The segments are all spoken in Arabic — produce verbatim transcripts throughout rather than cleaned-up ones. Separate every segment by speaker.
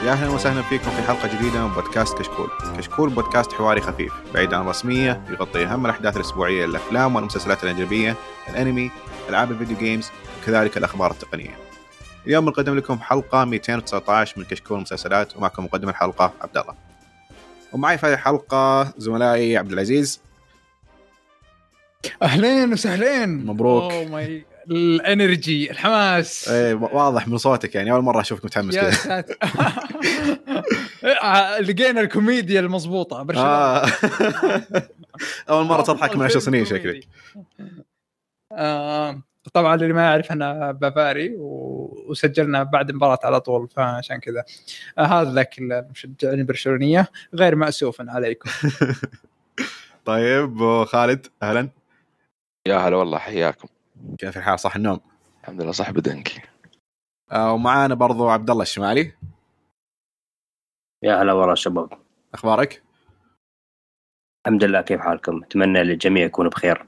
Speaker 1: يا أهلا وسهلا فيكم في حلقة جديدة من بودكاست كشكول. كشكول بودكاست حواري خفيف بعيد عن الرسمية، يغطي أهم الأحداث الأسبوعية للأفلام والمسلسلات الأجنبية، الأنمي، ألعاب الفيديو جيمز، وكذلك الأخبار التقنية. اليوم بنقدم لكم حلقة مئتين وتسعة عشر من كشكول مسلسلات، ومعكم مقدم الحلقة عبد الله. ومعي في هذه الحلقة زملائي عبد العزيز.
Speaker 2: أهلين وسهلين.
Speaker 1: مبروك.
Speaker 2: أوه ماي الانرجي الحماس.
Speaker 1: ايه واضح من صوتك، يعني اول مره اشوفك متحمس كذا.
Speaker 2: لقينا الكوميديا المضبوطه برشلونه.
Speaker 1: آه. اول مره تضحك من عشر سنين شكلك.
Speaker 2: آه. طبعا اللي ما يعرف انا بافاري و... وسجلنا بعد المباراه على طول، فعشان كذا آه هذا لك المشجعين البرشلونيه غير مأسوفا عليكم.
Speaker 1: طيب خالد اهلا.
Speaker 3: يا هلا والله، حياكم.
Speaker 1: كيف الحال؟ صح النوم؟
Speaker 3: الحمد لله صح بدنك.
Speaker 1: آه ومعانا برضو عبد الله الشمالي.
Speaker 4: يا هلا والله شباب،
Speaker 1: اخبارك؟
Speaker 4: الحمد لله، كيف حالكم؟ اتمنى للجميع يكونوا بخير.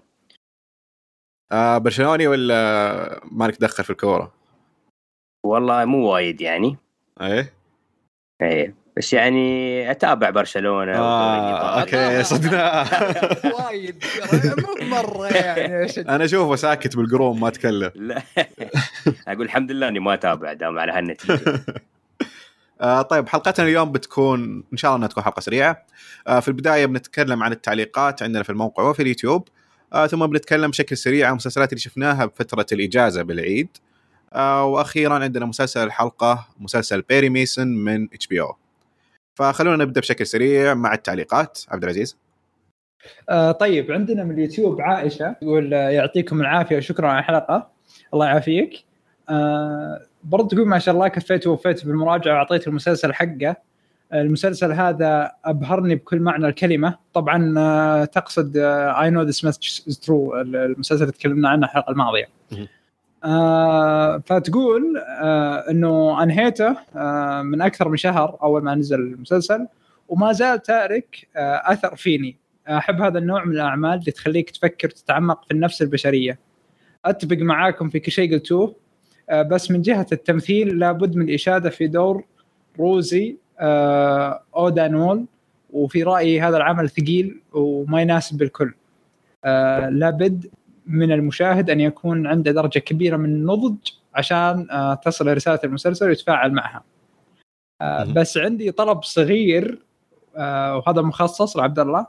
Speaker 1: آه برشلوني ولا مالك دخل في الكوره؟
Speaker 4: والله مو وايد يعني.
Speaker 1: ايه
Speaker 4: ايه بس يعني اتابع برشلونه.
Speaker 1: آه اوكي صدقنا.
Speaker 2: وايد مو مره يعني.
Speaker 1: انا اشوفه ساكت بالقروم ما اتكلم.
Speaker 4: لا اقول الحمد لله اني ما اتابع دام على هالنتيجه.
Speaker 1: آه طيب حلقتنا اليوم بتكون ان شاء الله انها تكون حلقه سريعه. آه في البدايه بنتكلم عن التعليقات عندنا في الموقع وفي اليوتيوب. آه ثم بنتكلم بشكل سريع عن المسلسلات اللي شفناها بفتره الاجازه بالعيد. آه واخيرا عندنا مسلسل الحلقه مسلسل بيري ميسون من اتش بي او. فخلونا نبدا بشكل سريع مع التعليقات. عبد العزيز.
Speaker 2: آه طيب عندنا من اليوتيوب عائشه تقول يعطيكم العافيه وشكرا على الحلقه. الله يعافيك. آه برضو تقول ما شاء الله كفيت ووفيت بالمراجعه وعطيت المسلسل حقه. المسلسل هذا أبهرني بكل معنى الكلمة. طبعا آه تقصد آه I know this message is true، المسلسل اللي تكلمنا عنه الحلقة الماضية. آه فتقول آه انه انهيته آه من اكثر من شهر اول ما نزل المسلسل، وما زال تارك آه اثر فيني. احب هذا النوع من الاعمال اللي تخليك تفكر تتعمق في النفس البشريه. اتفق معاكم في كل شيء قلتوه، آه بس من جهه التمثيل لابد من الاشاده في دور روزي آه اودانول، وفي رايي هذا العمل ثقيل وما يناسب الكل. آه لابد من المشاهد أن يكون عنده درجة كبيرة من النضج عشان آه تصل رسالة المسلسل ويتفاعل معها. آه بس عندي طلب صغير آه وهذا مخصص لعبد الله.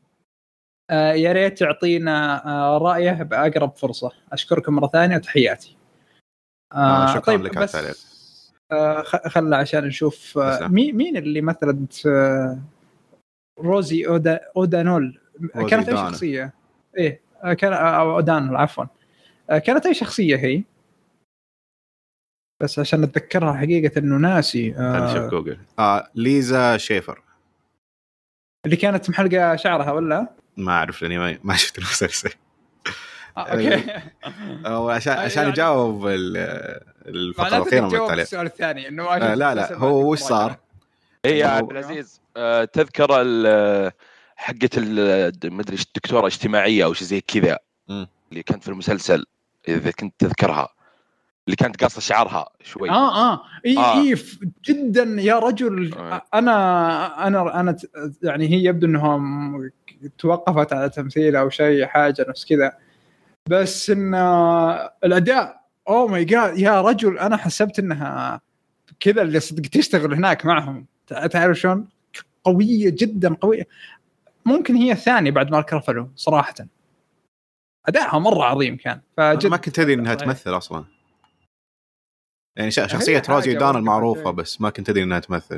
Speaker 2: آه يا ريت تعطينا آه رأيه بأقرب فرصة. أشكركم مرة ثانية وتحياتي.
Speaker 1: آه شكرا
Speaker 2: طيب
Speaker 1: لك على التعليق.
Speaker 2: آه خلنا عشان نشوف آه مين مين اللي مثلت آه روزي أودا أودانول.
Speaker 1: روزي
Speaker 2: كانت أي
Speaker 1: دانا.
Speaker 2: شخصية؟ إيه كان أودان عفوا. كانت أي شخصية هي؟ بس عشان نتذكرها حقيقة إنه ناسي.
Speaker 1: خلينا نشوف جوجل. آه ليزا شيفر
Speaker 2: اللي كانت محلقة شعرها ولا؟
Speaker 1: ما أعرف لأني ما, ما شفت المسلسل.
Speaker 2: آه، أوكي.
Speaker 1: أو عشان عشان يجاوب الفقرة الأخيرة من التعليق.
Speaker 2: السؤال الثاني إنه
Speaker 1: آه لا لا هو وش صار؟
Speaker 3: هي يا عبد العزيز آه تذكر حقة المدري الدكتورة اجتماعية أو شيء زي كذا اللي كانت في المسلسل، إذا كنت تذكرها، اللي كانت قاصة شعرها شوي.
Speaker 2: آه آه إيه
Speaker 3: آه.
Speaker 2: إيه جدا يا رجل.
Speaker 3: آه.
Speaker 2: أنا أنا أنا يعني هي يبدو إنها توقفت على تمثيل أو شيء حاجة نفس كذا، بس إن الأداء أوه ماي جاد يا رجل. أنا حسبت إنها كذا اللي صدق تشتغل هناك معهم، تعرف شلون قوية جدا قوية. ممكن هي الثانية بعد ما كرفلوا صراحة. أداءها مرة عظيم كان.
Speaker 1: فجد ما كنت أدري إنها تمثل أصلا، يعني شخصية روزي دان المعروفة بس ما كنت أدري إنها تمثل.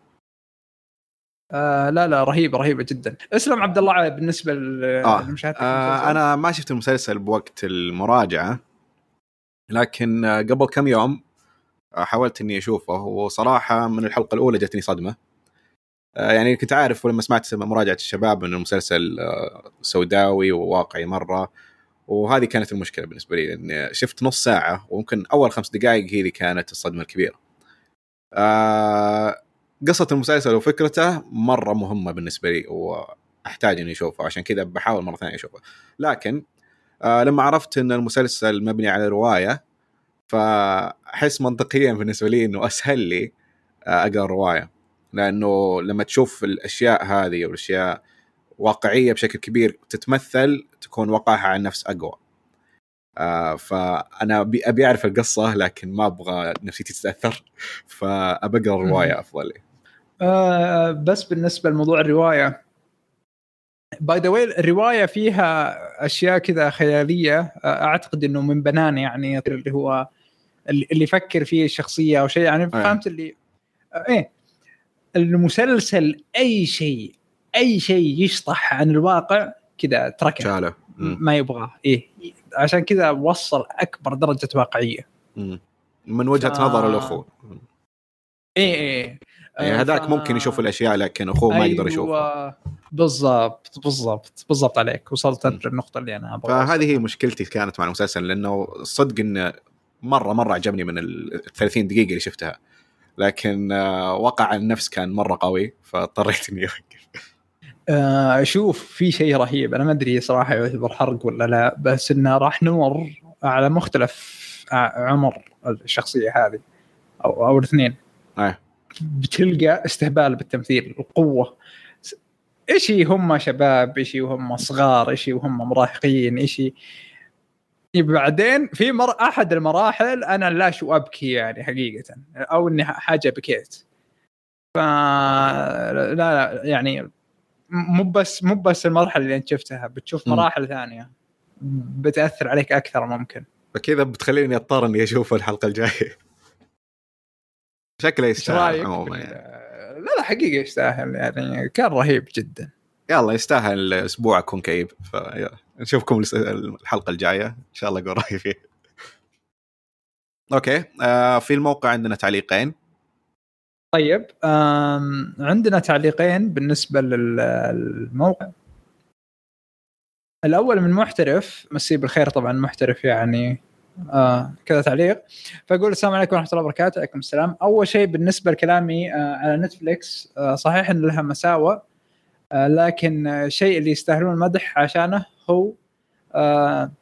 Speaker 2: آه لا لا رهيبة رهيبة جدا. اسلم عبد الله بالنسبة للمشاهدة.
Speaker 1: آه. آه أنا ما شفت المسلسل بوقت المراجعة، لكن قبل كم يوم حاولت إني أشوفه، وصراحة من الحلقة الأولى جتني صدمة. آه يعني كنت عارف ولما سمعت مراجعة الشباب إنه المسلسل آه سوداوي وواقعي مرة، وهذه كانت المشكلة بالنسبة لي، لأن شفت نص ساعة وممكن أول خمس دقائق هي اللي كانت الصدمة الكبيرة. آه قصة المسلسل وفكرته مرة مهمة بالنسبة لي وأحتاج إني أشوفه، عشان كذا بحاول مرة ثانية أشوفه. لكن آه لما عرفت إن المسلسل مبني على رواية، فأحس منطقيا بالنسبة لي إنه أسهل لي اقرا الروايه، لانه لما تشوف الاشياء هذه والاشياء واقعيه بشكل كبير تتمثل تكون وقعها على النفس اقوى. آه فانا ابي ابي اعرف القصه لكن ما ابغى نفسيتي تتاثر، فابقرا الروايه افضل لي.
Speaker 2: آه بس بالنسبه لموضوع الروايه، باي ذا واي الروايه فيها اشياء كذا خياليه، اعتقد انه من بنان يعني اللي هو اللي يفكر فيه الشخصيه او شيء يعني.
Speaker 1: أيه.
Speaker 2: فهمت اللي ايه المسلسل اي شيء اي شيء يشطح عن الواقع كذا تركه
Speaker 1: شاله
Speaker 2: ما يبغاه. ايه عشان كذا وصل اكبر درجه واقعيه
Speaker 1: مم. من وجهه ف... نظر الاخوه.
Speaker 2: ايه ايه
Speaker 1: يعني هذاك ف... ممكن يشوف الاشياء لكن اخوه ما
Speaker 2: أيوة
Speaker 1: يقدر يشوفها.
Speaker 2: بالضبط بالضبط بالضبط عليك، وصلت للنقطه اللي انا ابغاها.
Speaker 1: فهذه هي مشكلتي كانت مع المسلسل، لانه صدق انه مره مره عجبني من ال ثلاثين دقيقه اللي شفتها، لكن وقع النفس كان مره قوي فاضطريت اني اوقف.
Speaker 2: آه شوف في شيء رهيب، انا ما ادري صراحه يعتبر حرق ولا لا، بس انه راح نمر على مختلف عمر الشخصيه هذه او او الاثنين.
Speaker 1: أيه.
Speaker 2: بتلقى استهبال بالتمثيل، القوه، إشي هم شباب، إشي وهم صغار، إشي وهم مراهقين، إشي بعدين في مر أحد المراحل أنا لا شو أبكي يعني حقيقة، أو إني حاجة بكيت. فلا لا يعني مو بس مو بس المرحلة اللي أنت شفتها، بتشوف مراحل م. ثانية بتأثر عليك أكثر ممكن.
Speaker 1: فكذا بتخليني أضطر إني أشوف الحلقة الجاية. شكله يستاهل عموما يعني.
Speaker 2: لا لا حقيقة يستاهل يعني، كان رهيب جدا.
Speaker 1: يلا يستاهل أسبوع أكون كئيب، فنشوفكم الحلقة الجاية إن شاء الله أقول رأيي فيه. أوكي آه في الموقع عندنا تعليقين.
Speaker 2: طيب عندنا تعليقين بالنسبة للموقع. الأول من محترف مسيه بالخير، طبعا محترف يعني آه كذا تعليق، فأقول السلام عليكم ورحمة الله وبركاته. عليكم السلام. أول شيء بالنسبة لكلامي آه على نتفليكس، آه صحيح أن لها مساوئ، آه لكن الشيء اللي يستاهلون المدح عشانه هو آه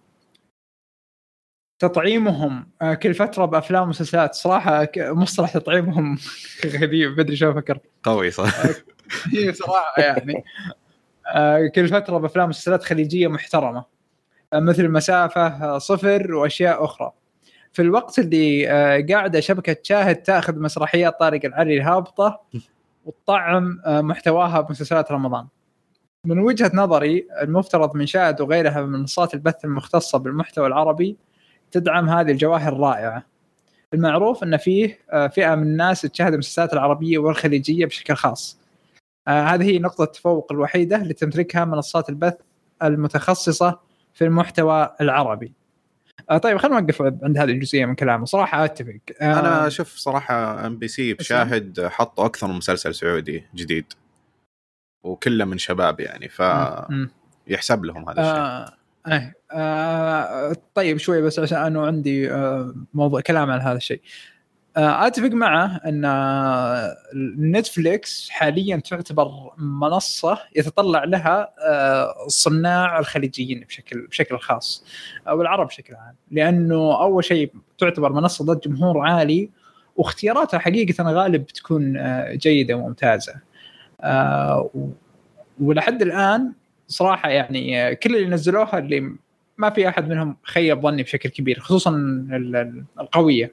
Speaker 2: تطعيمهم آه كل فترة بأفلام ومسلسلات. صراحة مصطلح تطعيمهم غريب، بدري شو أفكر
Speaker 1: قوي صح.
Speaker 2: هي صراحة يعني آه كل فترة بأفلام ومسلسلات خليجية محترمة آه مثل مسافة، صفر، وأشياء أخرى. في الوقت اللي آه قاعدة شبكة شاهد تأخذ مسرحيات طارق العري الهابطة وتطعم آه محتواها بمسلسلات رمضان. من وجهة نظري المفترض من شاهد وغيرها من منصات البث المختصة بالمحتوى العربي تدعم هذه الجواهر الرائعة. المعروف أن فيه فئة من الناس تشاهد المسلسلات العربية والخليجية بشكل خاص. آه هذه هي نقطة التفوق الوحيدة اللي تمتلكها منصات البث المتخصصة في المحتوى العربي. آه طيب خلينا نوقف عند هذه الجزئية من كلامه. صراحة أتفق. آه
Speaker 1: أنا أشوف صراحة إم بي سي بشاهد حطوا أكثر من مسلسل سعودي جديد وكله من شباب يعني، فيحسب لهم هذا الشيء.
Speaker 2: آه آه آه طيب شوي بس عشان أنه عندي آه موضوع كلام عن هذا الشيء. آه أتفق معه أن آه نتفليكس حاليا تعتبر منصة يتطلع لها آه الصناع الخليجيين بشكل بشكل خاص أو العرب بشكل عام، لأنه أول شيء تعتبر منصة ضد جمهور عالي واختياراتها حقيقة غالب تكون آه جيدة وممتازة. آه ولحد الآن صراحة يعني كل اللي نزلوها اللي ما في أحد منهم خيب ظني بشكل كبير، خصوصا القوية.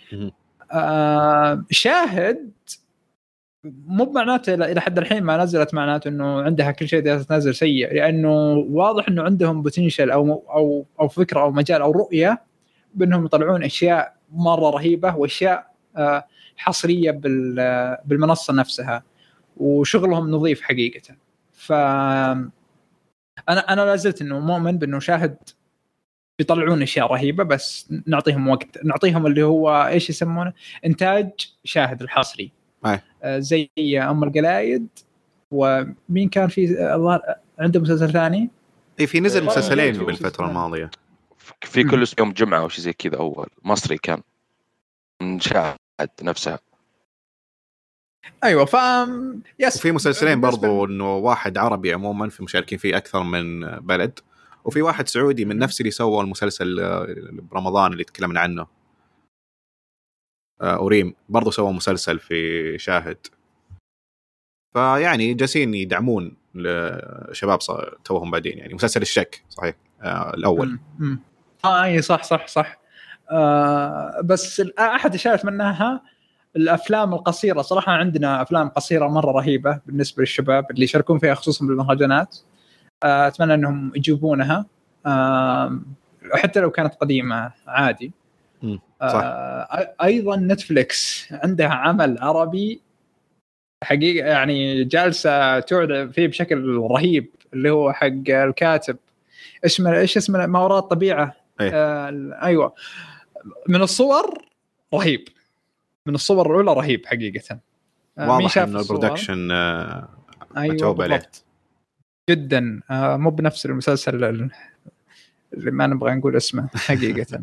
Speaker 2: آه شاهد مو بمعناته إلى حد الحين ما نزلت معناته إنه عندها كل شيء تنزل سيء، لأنه واضح إنه عندهم بوتنشل أو أو أو فكرة أو مجال أو رؤية بأنهم يطلعون أشياء مرة رهيبة وأشياء آه حصرية بالمنصة نفسها، وشغلهم نظيف حقيقة. ف أنا أنا لازلت إنه مؤمن بإنه شاهد بيطلعون أشياء رهيبة، بس نعطيهم وقت، نعطيهم اللي هو إيش يسمونه إنتاج شاهد الحصري.
Speaker 1: آه
Speaker 2: زي أم القلايد، ومين كان في الله عنده مسلسل ثاني؟
Speaker 1: إيه في نزل مسلسلين بالفترة الماضية،
Speaker 3: في كل يوم جمعة أو شيء زي كذا، أول مصري كان من شاهد نفسها.
Speaker 2: ايوه ف
Speaker 1: يس. وفي مسلسلين برضو انه واحد عربي عموما في مشاركين فيه اكثر من بلد، وفي واحد سعودي من نفس اللي سوى المسلسل برمضان اللي تكلمنا عنه. أوريم برضو سوى مسلسل في شاهد. فيعني جالسين يدعمون لشباب توهم بعدين، يعني مسلسل الشك صحيح آه الأول.
Speaker 2: امم اه اي صح صح صح آه بس احد شايف منها الافلام القصيره. صراحه عندنا افلام قصيره مره رهيبه بالنسبه للشباب اللي يشاركون فيها خصوصا بالمهرجانات. آه اتمنى انهم يجيبونها آه حتى لو كانت قديمه عادي.
Speaker 1: صح.
Speaker 2: آه ايضا نتفليكس عندها عمل عربي حقيقه يعني جالسه تعرض فيه بشكل رهيب، اللي هو حق الكاتب اسمه ايش اسمه ما وراء الطبيعه.
Speaker 1: أيه.
Speaker 2: آه ايوه من الصور رهيب، من الصور الاولى رهيب حقيقه. آه
Speaker 1: واضح ان البرودكشن
Speaker 2: آه
Speaker 1: متعوب
Speaker 2: أيوة
Speaker 1: عليه
Speaker 2: جدا. آه مو بنفس المسلسل اللي ما نبغى نقول اسمه حقيقه.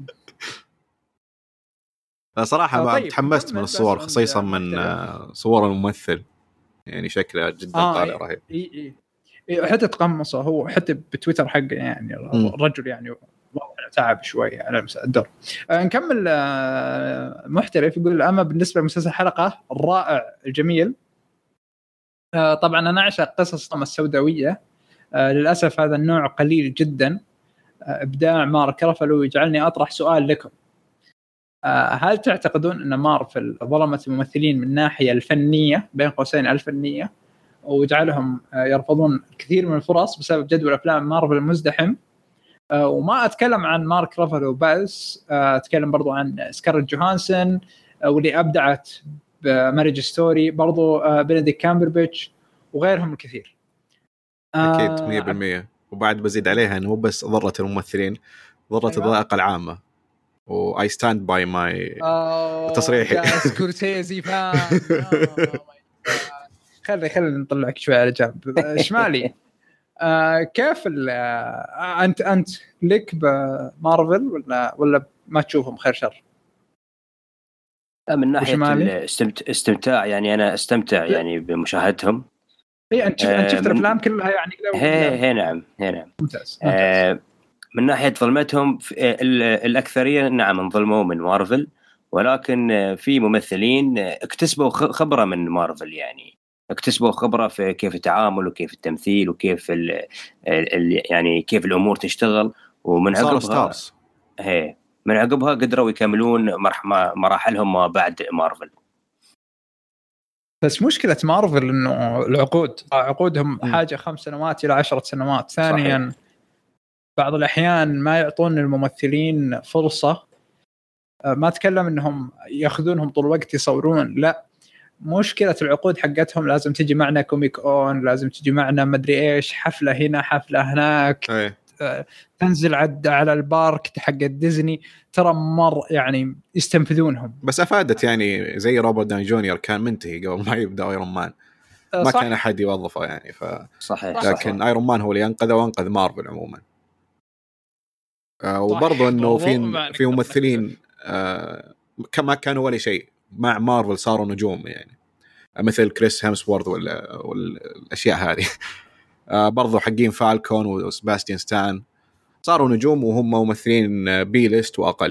Speaker 1: صراحه ما
Speaker 2: طيب.
Speaker 1: تحمست من الصور خصيصا من صور الممثل، يعني شكله جدا
Speaker 2: آه
Speaker 1: طالع رهيب.
Speaker 2: إيه إيه حتى تقمصه هو حتى بتويتر حقه يعني الرجل يعني تعب شوي على الدور. آه نكمل. آه محترف يقول أما بالنسبة لمسلسل الحلقة الرائع الجميل. آه طبعا أنا أعشق قصص السوداوية. آه للأسف هذا النوع قليل جدا. آه إبداع مارك رافالو يجعلني أطرح سؤال لكم. آه هل تعتقدون أن مارفل ظلمت الممثلين من ناحية الفنية بين قوسين الفنية وجعلهم آه يرفضون كثير من الفرص بسبب جدول أفلام مارفل المزدحم؟ آه وما أتكلم عن مارك رافالو بس، آه أتكلم برضو عن سكارلت جوهانسون آه واللي أبدعت بماريج ستوري، برضو آه بنديكت كامبربيتش وغيرهم الكثير.
Speaker 1: آه أكيد مية بالمية. وبعد بزيد عليها أنه بس ضرت الممثلين، ضرت
Speaker 2: أيوة.
Speaker 1: الذائقة العامة. و I stand by my تصريحي.
Speaker 2: سكورسيزي فان. خلي خلي نطلعك شوي على جنب شمالي. آه كيف آه انت انت لك بمارفل ولا ولا ما تشوفهم خير شر؟
Speaker 4: من ناحيه الاستمتاع يعني انا استمتع يعني بمشاهدتهم.
Speaker 2: اي انت
Speaker 4: آه
Speaker 2: انت شفت الافلام كلها يعني كذا؟
Speaker 4: هي هي نعم هي نعم
Speaker 2: ممتاز, ممتاز.
Speaker 4: آه من ناحيه ظلمتهم الاكثريه نعم انظلموا من مارفل، ولكن في ممثلين اكتسبوا خبره من مارفل، يعني اكتسبوا خبرة في كيف التعامل وكيف التمثيل وكيف ال ال يعني كيف الأمور تشتغل، ومن عقبها هي من عقبها قدروا يكملون مراحلهم ما بعد مارفل.
Speaker 2: بس مشكلة مارفل إنه العقود عقودهم م. حاجة خمس سنوات إلى عشرة سنوات. ثانيا صحيح. بعض الأحيان ما يعطون الممثلين فرصة. ما أتكلم إنهم يأخذونهم طول الوقت يصورون، لا، مشكلة العقود حقتهم لازم تجي معنا كوميك اون، لازم تجي معنا مدري ايش، حفلة هنا حفلة هناك.
Speaker 1: أيه.
Speaker 2: تنزل عد على البارك حق ديزني، ترى مر يعني يستنفذونهم.
Speaker 1: بس أفادت يعني زي روبرت داوني جونيور كان منتهي قبل ما يبدأ ايرون مان، ما صح. كان أحد يوظفه يعني ف...
Speaker 4: صحيح.
Speaker 1: لكن صح. ايرون مان هو اللي أنقذه وأنقذ مارفل عموما. آه وبرضه إنه في في ممثلين آه كما كانوا ولا شيء مع مارفل صاروا نجوم، يعني مثل كريس هيمسورث ولا والأشياء هذه. آه برضو حقين فالكون وسباستيان ستان صاروا نجوم وهم ممثلين بي ليست وأقل.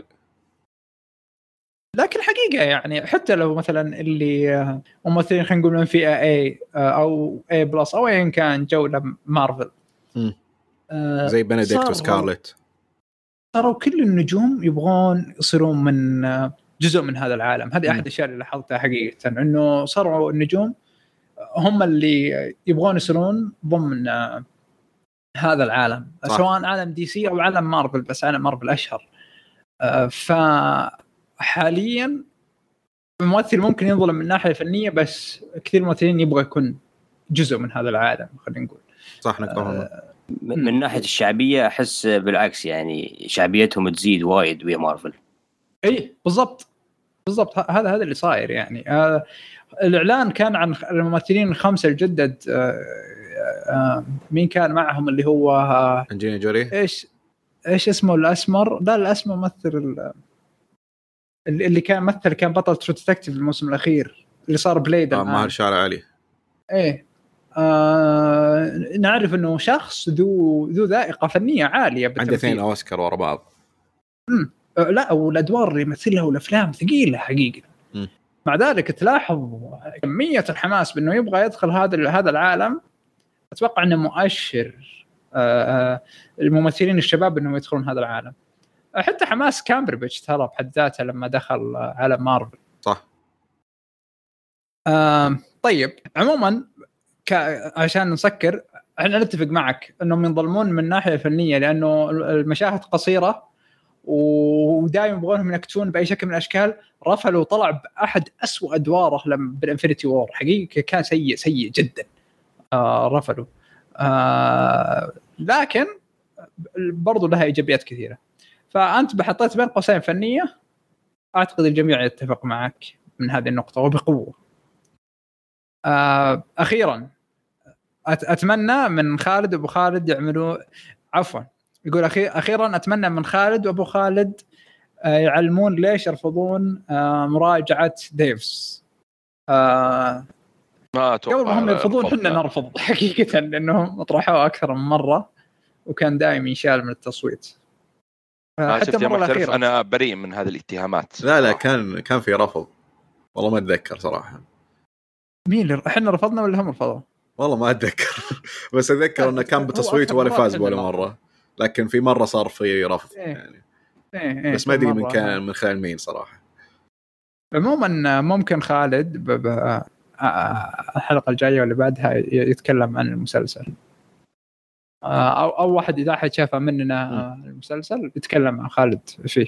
Speaker 2: لكن حقيقة يعني حتى لو مثلا اللي ممثلين خلينا نقول من فئة A أو A بلس أو أيا كان جولة مارفل
Speaker 1: آه زي بنديكت وسكارلت،
Speaker 2: صاروا كل النجوم يبغون يصيرون من جزء من هذا العالم. هذه أحد الأشياء اللي لاحظتها حقيقة، إنه صاروا النجوم هم اللي يبغون يصيرون ضمن هذا العالم صح. سواء عالم دي سي أو عالم مارفل، بس عالم مارفل أشهر. فحاليا الممثل ممكن ينظلم من ناحية فنية، بس كثير ممثلين يبغى يكون جزء من هذا العالم خلينا نقول.
Speaker 1: صح نقول
Speaker 4: من ناحية الشعبية أحس بالعكس، يعني شعبيتهم تزيد وايد ويا مارفل.
Speaker 2: اي بالضبط بالضبط هذا هذا اللي صاير يعني. آه الاعلان كان عن الممثلين الخمسه الجدد. آه آه مين كان معهم؟ اللي هو آه
Speaker 1: انجينا جولي.
Speaker 2: ايش ايش اسمه الاسمر؟ لا الاسمر ممثل اللي كان مثل كان بطل ترو ديتكتيف الموسم الاخير اللي صار بليد.
Speaker 1: آه ماهر شارع علي.
Speaker 2: ايه آه نعرف انه شخص ذو ذو ذائقه فنيه عاليه،
Speaker 1: عنده اثنين اوسكار ورا بعض.
Speaker 2: امم لا والادوار اللي يمثلها والافلام ثقيله حقيقه. مع ذلك تلاحظ كمية الحماس بأنه يبغى يدخل هذا هذا العالم. أتوقع أنه مؤشر الممثلين الشباب أنهم يدخلون هذا العالم. حتى حماس كامبربيتش ترى بحد ذاته لما دخل عالم مارفل.
Speaker 1: صح.
Speaker 2: آه طيب عموما ك... عشان نسكر احنا نتفق معك انهم ينظلمون من الناحيه الفنيه لانه المشاهد قصيره ودائما يبغونهم ينكتون باي شكل من الاشكال. رفلوا طلع باحد أسوأ ادواره لما بالانفينيتي وور حقيقه كان سيء سيء جدا. آه رفلوا آه لكن برضو لها ايجابيات كثيره. فانت بحطيت بين قوسين فنيه اعتقد الجميع يتفق معك من هذه النقطه وبقوه. آه اخيرا اتمنى من خالد وابو خالد يعملوا عفوا يقول أخير اخيرا اتمنى من خالد وابو خالد آه يعلمون ليش يرفضون آه مراجعه ديفز. آه
Speaker 3: ما اتوقع
Speaker 2: قبل ما هم يرفضون احنا نرفض حقيقه لانهم طرحوه اكثر من مره وكان دائما ينشال من التصويت.
Speaker 3: آه حتى المره الاخيره انا بريء من هذه الاتهامات.
Speaker 1: لا لا كان كان في رفض والله ما اتذكر صراحه.
Speaker 2: مين اللي احنا رفضنا ولا هم رفضوا؟
Speaker 1: والله ما اتذكر بس اتذكر انه كان بتصويت ولا فاز ولا مره لكن في مره صار في رفض
Speaker 2: إيه.
Speaker 1: يعني
Speaker 2: إيه إيه
Speaker 1: بس ما ادري من كان من خلال مين صراحه.
Speaker 2: عموما ممكن خالد ب... ب... الحلقه الجايه واللي بعدها يتكلم عن المسلسل او او واحد اذا حد شافه مننا المسلسل يتكلم عن خالد فيه.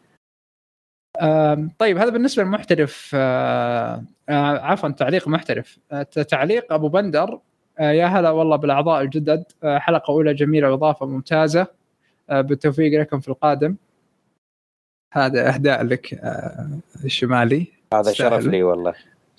Speaker 2: طيب هذا بالنسبه للمحترف. عفوا تعليق محترف. تعليق ابو بندر يا هلا والله بالاعضاء الجدد حلقه اولى جميله واضافه ممتازه بالتوفيق لكم في القادم. هذا اهداء لك الشمالي.
Speaker 4: هذا شرف لي والله.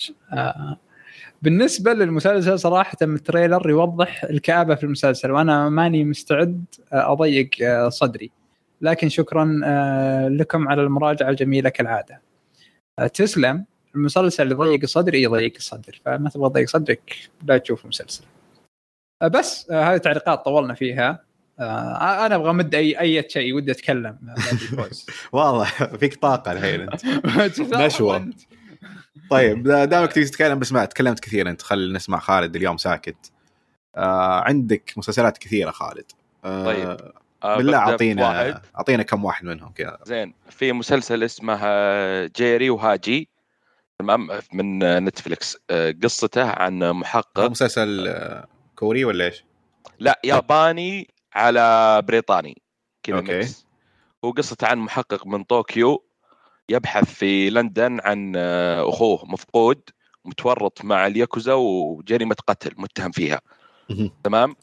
Speaker 2: بالنسبه للمسلسل صراحه التريلر يوضح الكآبه في المسلسل وانا ماني مستعد اضيق صدري لكن شكرا لكم على المراجعه الجميله كالعاده. تسلم. المسلسل اللي يضيق صدري يضيق الصدر فما تبغى تضيق صدرك لا تشوف مسلسل. بس هذه تعليقات طولنا فيها. انا ابغى مد اي اي شيء ودي اتكلم.
Speaker 1: واضح فيك طاقه الحين انت نشوه. طيب دامك تيجي تتكلم بس ما تكلمت كثير انت خلي نسمع خالد اليوم ساكت. آه عندك مسلسلات كثيره خالد. آه
Speaker 3: طيب
Speaker 1: آه بالله اعطينا اعطينا كم واحد منهم كذا.
Speaker 3: زين في مسلسل اسمه جيري وهاجي تمام من نتفليكس. قصته عن محقق.
Speaker 1: مسلسل كوري ولا ايش؟
Speaker 3: لا ياباني على بريطاني كذا
Speaker 1: ميكس.
Speaker 3: هو قصته عن محقق من طوكيو يبحث في لندن عن أخوه مفقود متورط مع الياكوزا وجريمة قتل متهم فيها. تمام.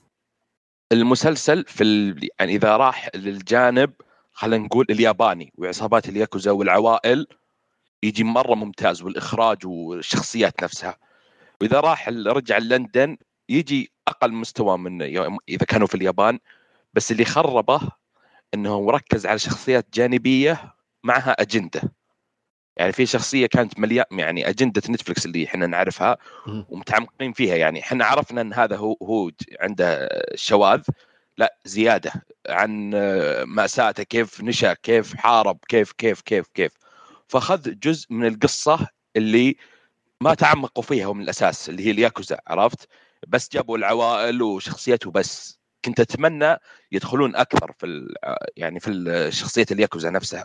Speaker 3: المسلسل في ال... يعني إذا راح للجانب خلينا نقول الياباني وعصابات الياكوزا والعوائل يجي مرة ممتاز والإخراج والشخصيات نفسها. وإذا راح رجع لندن يجي أقل مستوى من إذا كانوا في اليابان بس اللي خربه إنه مركز على شخصيات جانبية معها أجندة. يعني في شخصية كانت مليان يعني أجندة نتفليكس اللي إحنا نعرفها ومتعمقين فيها. يعني إحنا عرفنا أن هذا هو هو عنده شواذ لا زيادة عن مأساته كيف نشأ كيف حارب كيف كيف كيف كيف فأخذ جزء من القصة اللي ما تعمقوا فيها من الأساس اللي هي الياكوزا عرفت بس جابوا العوائل وشخصيته بس. كنت أتمنى يدخلون أكثر في يعني في الشخصية الياكوزا نفسها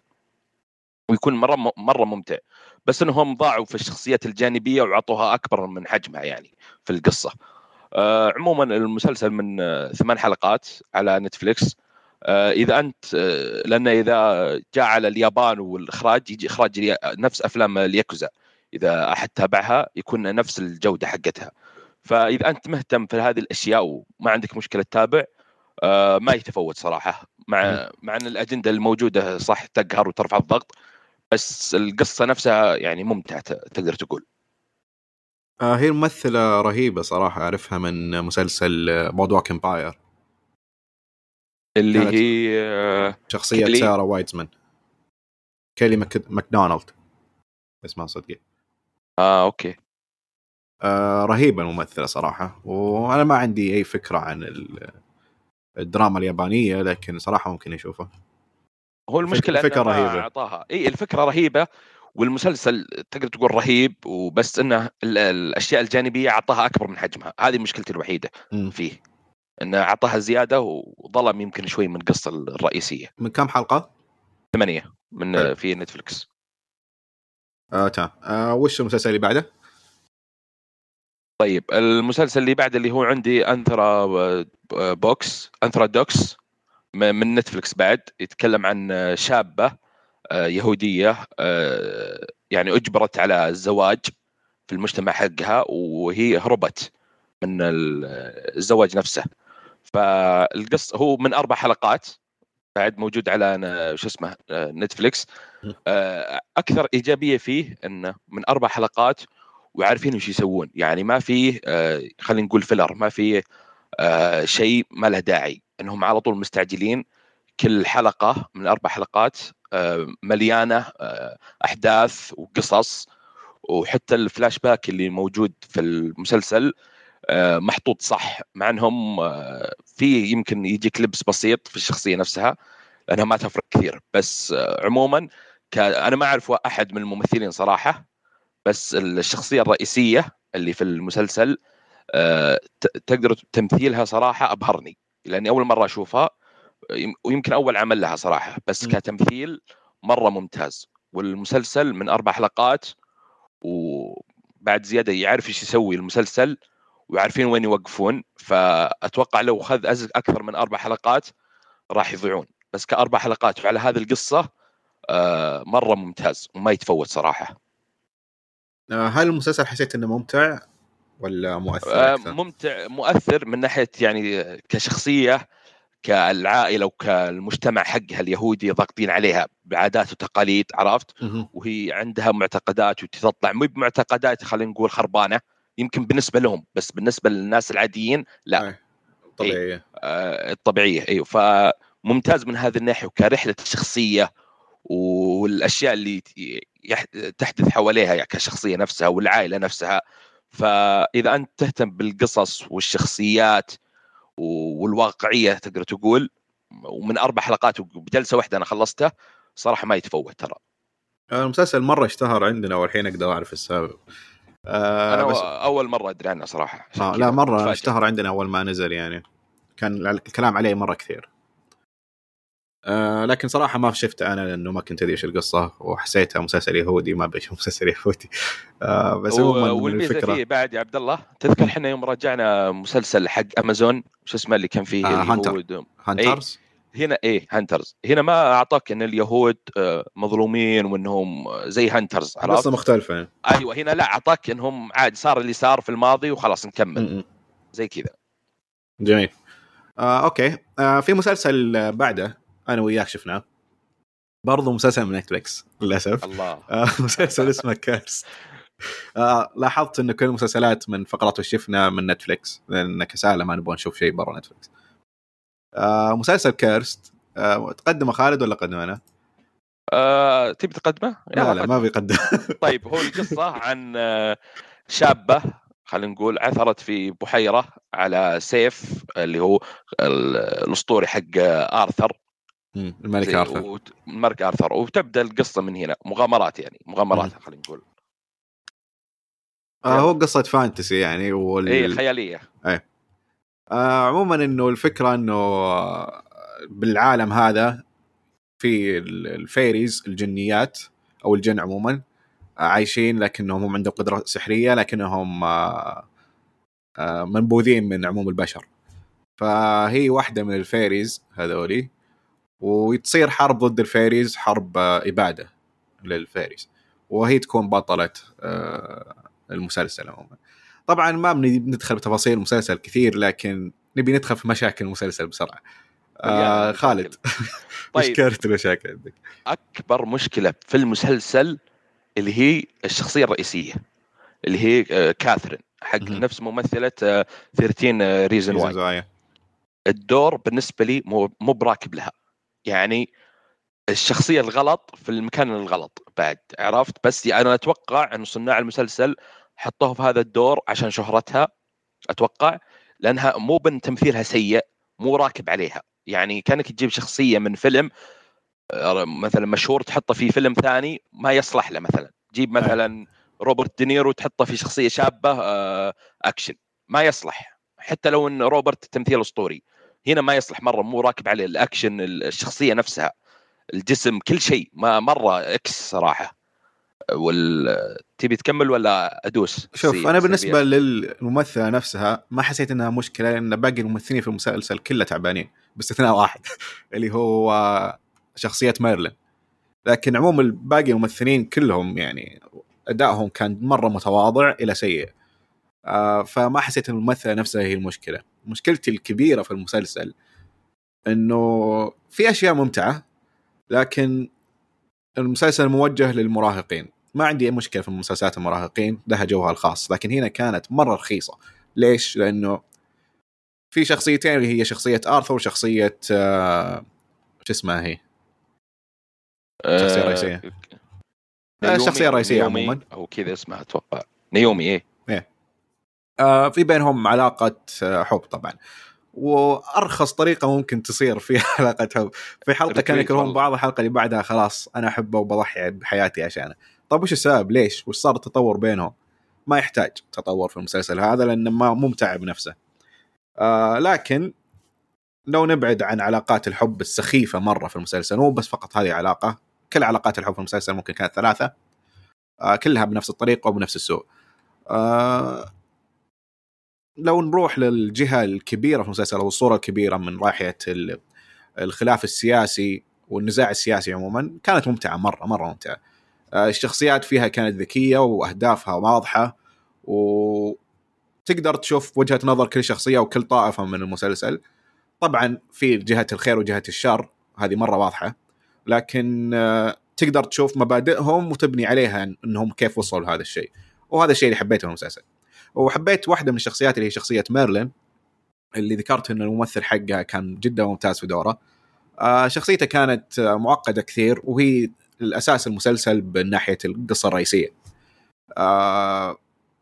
Speaker 3: ويكون مرة مرة ممتع بس إنهم ضاعوا في الشخصيات الجانبية وعطوها أكبر من حجمها يعني في القصة. آه عموما المسلسل من آه ثمان حلقات على نتفليكس. آه إذا أنت آه لأن إذا جاء على اليابان والإخراج يجي إخراج نفس أفلام الياكوزا إذا أحد تابعها يكون نفس الجودة حقتها. فإذا أنت مهتم في هذه الأشياء وما عندك مشكلة تتابع آه ما يتفوت صراحة مع مع أن الأجندة الموجودة صح تقهر وترفع الضغط بس القصة نفسها يعني ممتعة تقدر تقول.
Speaker 1: آه هي ممثلة رهيبة صراحة أعرفها من مسلسل بودواك إمباير
Speaker 3: اللي هي
Speaker 1: شخصية كيلي. سارة وايتزمان كيلي مك... ماكدونالد اسمها صدقي.
Speaker 3: آه أوكي.
Speaker 1: آه رهيبة الممثلة صراحة وأنا ما عندي أي فكرة عن الدراما اليابانية لكن صراحة ممكن أشوفها.
Speaker 3: هو المشكلة
Speaker 1: الفكرة
Speaker 3: أنه
Speaker 1: رهيبة.
Speaker 3: أعطاها إيه الفكرة رهيبة والمسلسل تقدر تقول رهيب، وبس انه الاشياء الجانبيه اعطاها اكبر من حجمها. هذه مشكلتي الوحيده فيه، انه اعطاها زياده وظلم يمكن شوي من القصه الرئيسيه.
Speaker 1: من كم حلقه؟
Speaker 3: ثمانية من حلو. في نتفلكس.
Speaker 1: اه تمام. آه وش المسلسل اللي بعده؟
Speaker 3: طيب المسلسل اللي بعده اللي هو عندي أنثرا بوكس أنثرا دوكس من نتفلكس بعد. يتكلم عن شابة يهودية يعني أجبرت على الزواج في المجتمع حقها، وهي هربت من الزواج نفسه. فالقصة هو من أربع حلقات بعد، موجود على شو اسمه نتفلكس. أكثر إيجابية فيه أنه من أربع حلقات وعارفين وش يسوون، يعني ما فيه خلينا نقول فيلر، ما فيه شيء ما له داعي، أنهم على طول مستعجلين. كل حلقة من أربع حلقات مليانة أحداث وقصص، وحتى الفلاش باك اللي موجود في المسلسل محطوط صح، مع أنهم فيه يمكن يجي كليبس بسيط في الشخصية نفسها لأنها ما تفرق كثير. بس عموما أنا ما أعرف أحد من الممثلين صراحة، بس الشخصية الرئيسية اللي في المسلسل تقدر تمثيلها صراحة أبهرني، لأني أول مرة أشوفها ويمكن أول عمل لها صراحة، بس كتمثيل مرة ممتاز. والمسلسل من أربع حلقات وبعد زيادة يعرف إيش يسوي المسلسل وعارفين وين يوقفون. فأتوقع لو خذ أكثر من أربع حلقات راح يضيعون، بس كأربع حلقات وعلى هذه القصة مرة ممتاز وما يتفوت صراحة.
Speaker 1: هل المسلسل حسيت إنه ممتع ولا مؤثر أكثر؟
Speaker 3: ممتع مؤثر من ناحية يعني كشخصية، كالعائلة وكالمجتمع حقها اليهودي ضاغطين عليها بعادات وتقاليد، عرفت؟ وهي عندها معتقدات وتطلع مو بمعتقدات خلينا نقول خربانة يمكن بالنسبة لهم، بس بالنسبة للناس العاديين لا،
Speaker 1: طبيعية.
Speaker 3: أي. آه الطبيعية أيوه. فممتاز من هذه الناحية، وكرحلة الشخصية والأشياء اللي تحدث حواليها يعني كشخصية نفسها والعائلة نفسها. فإذا أنت تهتم بالقصص والشخصيات والواقعية تقدر تقول، ومن أربع حلقات وبجلسة واحدة أنا خلصتها صراحة ما يتفوت ترى.
Speaker 1: المسلسل مرة اشتهر عندنا والحين أقدر أعرف السبب.
Speaker 3: آه أنا بس أول مرة أدري عنه صراحة.
Speaker 1: آه لا مرة متفاجئ. اشتهر عندنا أول ما نزل، يعني كان الكلام عليه مرة كثير. آه لكن صراحة ما شفت أنا لأنه ما كنت أدري إيش القصة، وحسيتها مسلسل يهودي ما بيش مسلسل يهودي. آه بس هو من الفكرة
Speaker 3: فيه بعد يا عبد الله تذكر حنا يوم رجعنا مسلسل حق أمازون وش اسمه اللي كان فيه
Speaker 1: آه
Speaker 3: اليهود
Speaker 1: هانترز.
Speaker 3: إيه هنا إيه هانترز. هنا ما أعطاك إن اليهود مظلومين وإنهم زي هانترز، عرفت؟
Speaker 1: قصة مختلفة يعني.
Speaker 3: أيوة هنا لا، أعطاك إنهم عاد صار اللي صار في الماضي وخلاص نكمل م-م. زي كذا.
Speaker 1: جميل. آه أوكي. آه في مسلسل بعده أنا وياك شفناه برضو، مسلسل من نتفليكس للأسف.
Speaker 3: الله.
Speaker 1: آه مسلسل اسمه كيرست. آه لاحظت إنه كل المسلسلات من فقرات وشفنا من نتفليكس، لأن كسالة ما نبغى نشوف شيء برا نتفليكس. آه مسلسل كيرست آه تقدمه خالد ولا قدمه أنا؟
Speaker 3: آه تبي تقدمه؟
Speaker 1: لا لا ما بيقدم.
Speaker 3: طيب هو القصة عن شابة خلينا نقول عثرت في بحيرة على سيف اللي هو الأسطوري حق آرثر،
Speaker 1: الملك آرثر.
Speaker 3: الملك آرثر. وتبدأ القصة من هنا مغامرات، يعني مغامرات خلينا نقول.
Speaker 1: آه هو قصة فانتسي يعني وال...
Speaker 3: ايه خيالية.
Speaker 1: ايه آه عموما انه الفكرة انه بالعالم هذا في الفيريز الجنيات او الجن عموما عايشين، لكنهم هم عندهم قدرة سحرية، لكنهم آه آه منبوذين من عموم البشر. فهي واحدة من الفيريز هذولي، ويتصير حرب ضد الفيريز، حرب آه إبادة للفيريز، وهي تكون بطلة آه المسلسل عموما. طبعا ما بندخل بتفاصيل المسلسل كثير، لكن نبي ندخل في مشاكل المسلسل بسرعة. آه خالد طيب. ايش كانت المشاكل عندك؟
Speaker 3: أكبر مشكلة في المسلسل اللي هي الشخصية الرئيسية اللي هي كاثرين حق م- نفس ممثلة ثلاثة عشر ريزن واي. الدور بالنسبة لي مو براكب لها، يعني الشخصية الغلط في المكان الغلط بعد، عرفت؟ بس أنا أتوقع أن صناع المسلسل حطوه في هذا الدور عشان شهرتها، أتوقع، لأنها مو بن تمثيلها سيء، مو راكب عليها. يعني كانك تجيب شخصية من فيلم مثلا مشهور تحطه في فيلم ثاني ما يصلح له. مثلا جيب مثلا روبرت دينيرو تحطه في شخصيه شابه اكشن ما يصلح، حتى لو ان روبرت تمثيل اسطوري. هنا ما يصلح مره، مو راكب عليه الاكشن، الشخصيه نفسها، الجسم، كل شيء ما مره اكس صراحه. وال تبي تكمل ولا ادوس؟
Speaker 1: شوف انا بالنسبه للممثله نفسها ما حسيت انها مشكله، لان باقي الممثلين في المسلسل كله تعبانين باستثناء واحد اللي هو شخصيه ميرلين. لكن عموم الباقي الممثلين كلهم يعني ادائهم كان مره متواضع الى سيء. آه فما حسيت ان الممثله نفسها هي المشكله. مشكلتي الكبيره في المسلسل انه في اشياء ممتعه، لكن المسلسل موجه للمراهقين. ما عندي أي مشكلة في مسلسلات المراهقين، لها جوها الخاص، لكن هنا كانت مرة رخيصة. ليش؟ لأنه في شخصيتين اللي هي شخصية آرثر وشخصية آه... شو اسمها هي؟ شخصية
Speaker 3: آه...
Speaker 1: رئيسية. الشخصية الرئيسية عموما
Speaker 3: أو كذا اسمها أتوقع نيومي. إيه,
Speaker 1: إيه. آه في بينهم علاقة حب طبعا، وأرخص طريقة ممكن تصير في علاقة حب. في حلقة كانوا يكرهون بعض، الحلقة اللي بعدها خلاص أنا أحبه وبضحي بحياتي عشانه. طب وش السبب؟ ليش؟ وش صار التطور بينهم؟ ما يحتاج تطور في المسلسل هذا لأنه ما ممتع بنفسه. آه لكن لو نبعد عن علاقات الحب السخيفة مرة في المسلسل، مو بس فقط هذه علاقة، كل علاقات الحب في المسلسل ممكن كانت ثلاثة، آه كلها بنفس الطريقة وبنفس السوء. آه لو نروح للجهة الكبيرة في المسلسل أو الصورة الكبيرة من ناحية الخلاف السياسي والنزاع السياسي عموما، كانت ممتعة مرة مرة ممتعة. الشخصيات فيها كانت ذكية وأهدافها واضحة، وتقدر تشوف وجهة نظر كل شخصية وكل طائفة من المسلسل. طبعا في جهة الخير وجهة الشر، هذه مرة واضحة، لكن تقدر تشوف مبادئهم وتبني عليها أنهم كيف وصلوا لهذا الشيء. وهذا الشيء اللي حبيته في المسلسل. وحبيت واحدة من الشخصيات اللي هي شخصية ميرلين، اللي ذكرت أن الممثل حقها كان جدا ممتاز في دوره. آه شخصيته كانت معقدة كثير، وهي الأساس المسلسل بالناحية القصة الرئيسية. آه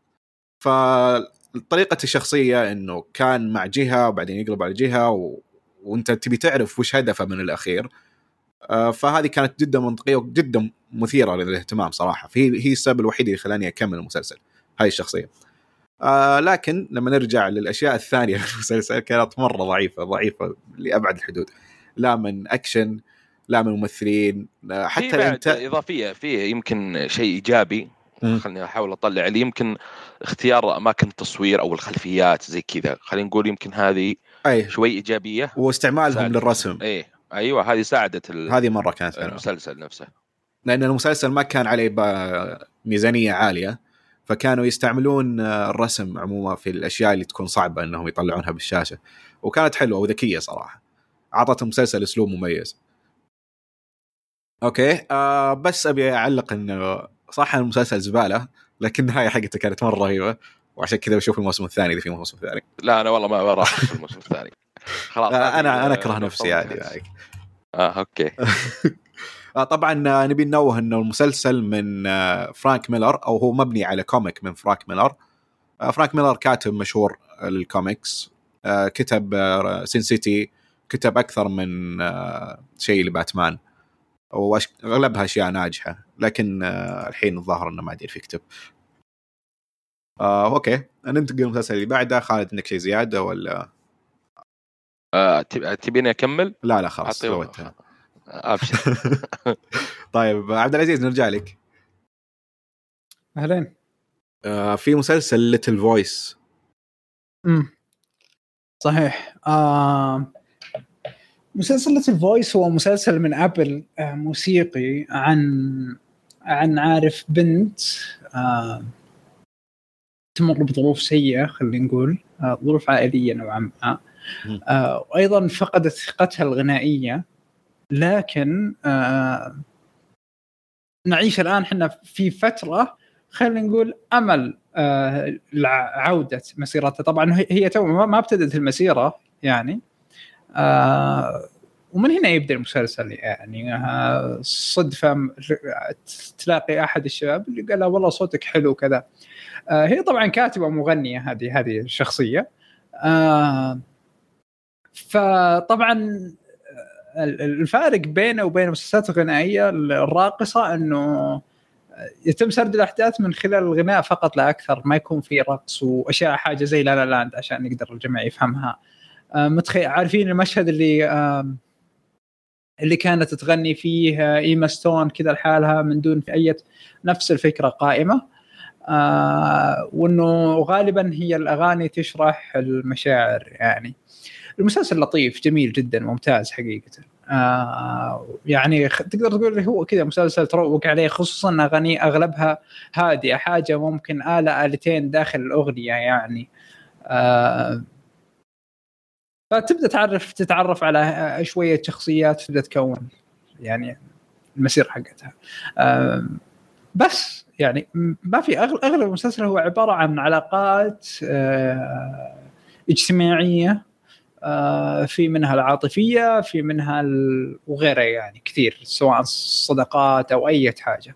Speaker 1: فطريقة الشخصية أنه كان مع جهة وبعدين يقلب على جهة و... وأنت تبي تعرف وش هدفه من الأخير. آه فهذه كانت جدا منطقية وجدا مثيرة للاهتمام صراحة. فهي هي السبب الوحيد اللي خلاني أكمل المسلسل، هاي الشخصية. آه لكن لما نرجع للأشياء الثانية في المسلسل كانت مرة ضعيفة ضعيفة لأبعد الحدود. لا من أكشن، لا من ممثلين، حتى
Speaker 3: بعد
Speaker 1: انت...
Speaker 3: إضافية فيه يمكن شيء إيجابي. خلني أحاول أطلع عليه. يمكن اختيار أماكن التصوير أو الخلفيات زي كذا، خلينا نقول يمكن هذه
Speaker 1: أيه.
Speaker 3: شوي إيجابية.
Speaker 1: واستعمالهم
Speaker 3: ساعدت.
Speaker 1: للرسم.
Speaker 3: إيه أيوة هذه ساعدت ال...
Speaker 1: هذه مرة كانت
Speaker 3: المسلسل نفسه،
Speaker 1: لأن المسلسل ما كان عليه ميزانية عالية، فكانوا يستعملون الرسم عموما في الأشياء اللي تكون صعبة أنهم يطلعونها بالشاشة، وكانت حلوة وذكية صراحة. عطت المسلسل أسلوب مميز. أوكي آه بس أبي أعلق أنه صح المسلسل زبالة، لكن النهاية حقته كانت مرة رهيبة، وعشان كذا بشوف الموسم الثاني إذا في موسم ثاني.
Speaker 3: لا أنا والله ما راح في الموسم الثاني خلاص.
Speaker 1: آه أنا أنا أكره نفسي عادي ذلك.
Speaker 3: آه أوكي.
Speaker 1: طبعا نبي ننوه انه المسلسل من فرانك ميلر، او هو مبني على كوميك من فرانك ميلر. فرانك ميلر كاتب مشهور للكوميكس، كتب سين سيتي، كتب اكثر من شيء لباتمان، واغلبها اشياء ناجحه، لكن الحين الظاهر انه ما ادري في كتب. اوكي ننتقل للمسلسل اللي بعده. خالد عندك شيء زياده ولا
Speaker 3: آه تبيني اكمل؟
Speaker 1: لا لا خلاص سويتها.
Speaker 3: ابشر.
Speaker 1: طيب عبد العزيز نرجع لك.
Speaker 2: اهلين.
Speaker 1: آه في مسلسل ليتل فويس.
Speaker 2: امم صحيح. آه مسلسل ليتل فويس هو مسلسل من ابل، آه موسيقي عن عن عارف بنت آه تمر بظروف سيئة، خلينا نقول آه ظروف عائلية نوعا ما، آه وايضا فقدت ثقتها الغنائية. لكن آه نعيش الآن حنا في فترة خلينا نقول أمل آه عودة مسيرتها. طبعا هي تو ما ابتدت المسيرة يعني، آه ومن هنا يبدأ المسلسل يعني. آه صدفة تلاقي أحد الشباب اللي قال والله صوتك حلو كذا. آه هي طبعا كاتبة ومغنية، هذه هذه الشخصية. آه فطبعا الفارق بينه وبين المسلسلات الغنائيه الراقصه انه يتم سرد الاحداث من خلال الغناء فقط لا اكثر، ما يكون في رقص واشياء حاجه زي لا لا لاند عشان يقدر الجميع يفهمها. متخيل عارفين المشهد اللي اللي كانت تغني فيه إيما ستون كذا لحالها من دون في أي نفس الفكرة قائمة، آه وأنه غالبا هي الأغاني تشرح المشاعر. يعني المسلسل لطيف جميل جدا ممتاز حقيقة. آه يعني تقدر تقول هو كذا مسلسل تروق عليه، خصوصا أغاني أغلبها هادئة، حاجة ممكن آلة آلتين داخل الأغنية يعني. آه فتبدأ تعرف تتعرف على شوية شخصيات، تبدأ تكون يعني المسير حقتها. بس يعني ما في أغلب المسلسل هو عبارة عن علاقات اجتماعية، في منها العاطفية، في منها وغيرها يعني كثير، سواء صداقات أو أي حاجة.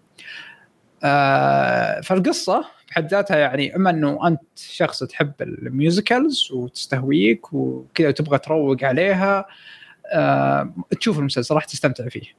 Speaker 2: فالقصة بحد ذاتها يعني اما انه انت شخص تحب الميوزيكالز وتستهويك وكذا وتبغى تروق عليها، أه تشوف المسلسل راح تستمتع فيه.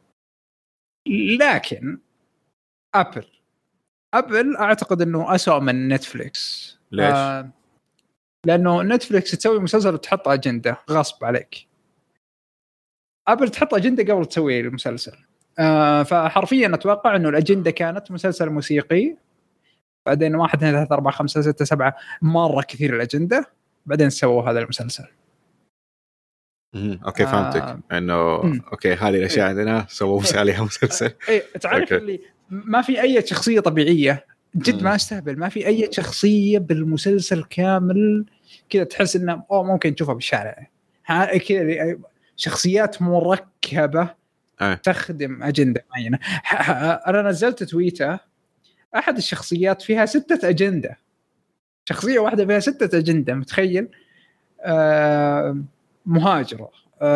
Speaker 2: لكن ابل ابل اعتقد انه اسوأ من نتفليكس.
Speaker 1: ليش؟
Speaker 2: أه لانه نتفليكس تسوي مسلسل وتحط اجنده غصب عليك، ابل تحط اجنده قبل تسوي المسلسل. أه فحرفيا اتوقع انه الاجنده كانت مسلسل موسيقي، بعدين واحد اثنين ثلاثة أربعة خمسة ستة سبعة مرة كثير الأجندة، بعدين سووا هذا المسلسل.
Speaker 1: امم اوكي فهمتك. آه... انه مم. اوكي هذه الاشياء عندنا سووا عليها مسلسل.
Speaker 2: اي تعرف اللي ما في اي شخصية طبيعية جد، مم. ما استهبل، ما في اي شخصية بالمسلسل كامل كذا تحس انه او ممكن تشوفها بالشارع. كذا شخصيات مركبة آه. تخدم أجندة معينة. انا نزلت تويتر أحد الشخصيات فيها ستة أجندة، شخصية واحدة فيها ستة أجندة، متخيل؟ آه مهاجرة،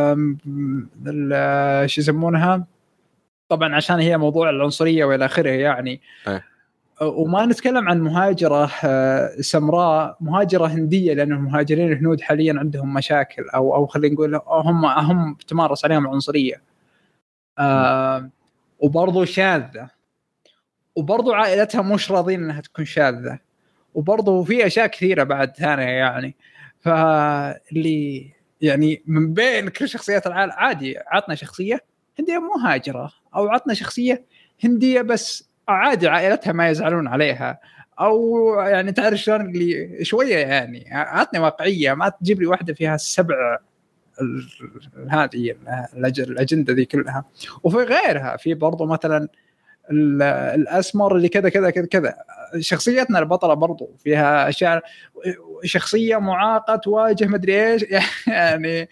Speaker 2: آه شو يسمونها طبعا عشان هي موضوع العنصرية والى آخره يعني. أه. وما نتكلم عن مهاجرة آه سمراء، مهاجرة هندية، لأن المهاجرين الهنود حاليا عندهم مشاكل أو أو خلينا نقول هم هم تمارس عليهم العنصرية. آه وبرضو شاذة، وبرضو عائلتها مش راضين انها تكون شاذة، وبرضو في اشياء كثيره بعد ثانيه يعني. فاللي يعني من بين كل شخصيات العالم عادي عطنا شخصيه هنديه مهاجره، او عطنا شخصيه هنديه بس عادي عائلتها ما يزعلون عليها، او يعني تعرف شلون اللي شويه يعني عطني واقعيه، ما تجيب لي واحده فيها السبع هذه الاجنده ذي كلها. وفي غيرها في برضو مثلا الأسمر اللي كذا كذا كذا كذا. شخصيتنا البطلة برضو فيها أشياء، شخصية معاقة تواجه مدري إيش يعني.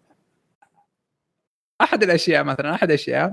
Speaker 2: أحد الأشياء مثلا أحد الأشياء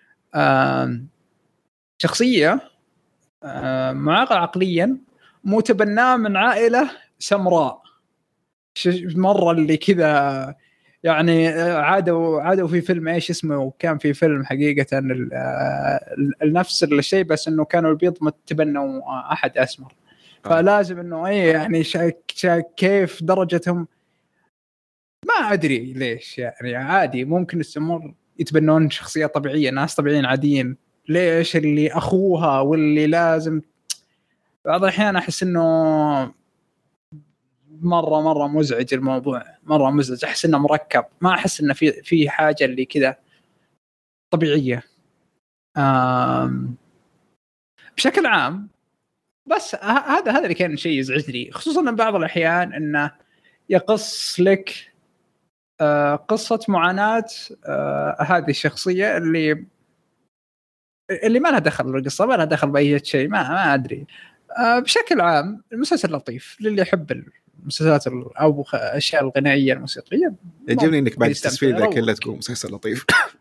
Speaker 2: شخصية معاقة عقليا متبناة من عائلة سمراء مرة اللي كذا يعني. عادوا عادوا في فيلم ايش اسمه، كان في فيلم حقيقة نفس الشيء بس انه كانوا البيض متبنوا احد اسمر. فلازم انه ايه يعني شا شا كيف درجتهم ما ادري ليش يعني. عادي ممكن السمر يتبنون شخصيات طبيعية، ناس طبيعيين عاديين، ليش اللي اخوها واللي لازم؟ بعض الاحيان احس انه مرة مرة مزعج الموضوع، مرة مزعج، أحس إنه مركب، ما أحس إنه في في حاجة اللي كذا طبيعية بشكل عام. بس هذا هذا اللي كان شيء يزعجني، خصوصا إن بعض الأحيان إنه يقص لك قصة معاناة هذه الشخصية اللي اللي ما لها دخل بالقصة، ما لها دخل بأي شيء، ما ما أدري. بشكل عام المسلسل لطيف للي يحب المسلسلات او الاشياء الغنائيه الموسيقيه.
Speaker 1: يعجبني انك بعد التسفيل ذا كله تقول مسلسل لطيف.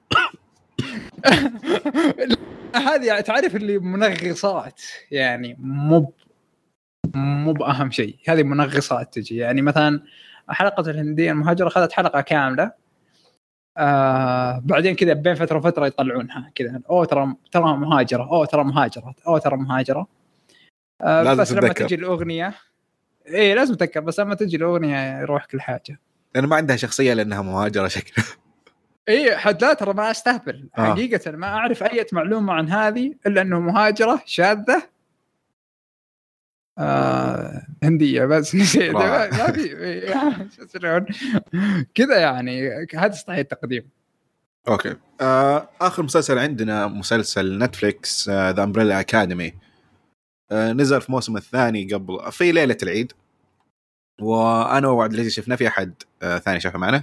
Speaker 2: هذه تعرف اللي منغصات يعني، مو مو باهم شيء، هذه منغصات تجي يعني. مثلا حلقه الهنديه المهاجره اخذت حلقه كامله، آه بعدين كذا بين فتره وفتره يطلعونها كذا، او ترى ترى مهاجره، او ترى مهاجره، او ترى مهاجره. آه بس لما تجي الاغنيه ايه لازم تذكر، بس لما تجي الاغنيه يروح كل حاجه.
Speaker 1: لأنه ما عندها شخصيه لانها مهاجره شكلها.
Speaker 2: اي حد لا ترى ما استهبل
Speaker 1: آه.
Speaker 2: حقيقه ما اعرف اي معلومه عن هذه الا انه مهاجره شاذه آه هنديه بس نسيت ما ما في كذا يعني هذا يستحق التقديم.
Speaker 1: اوكي آه اخر مسلسل عندنا مسلسل نتفليكس ذا امبريلا اكاديمي، آه نزل في موسم الثاني قبل في ليله العيد، وانا وعبد العزيز شفنا. في احد آه ثاني شافه معنا؟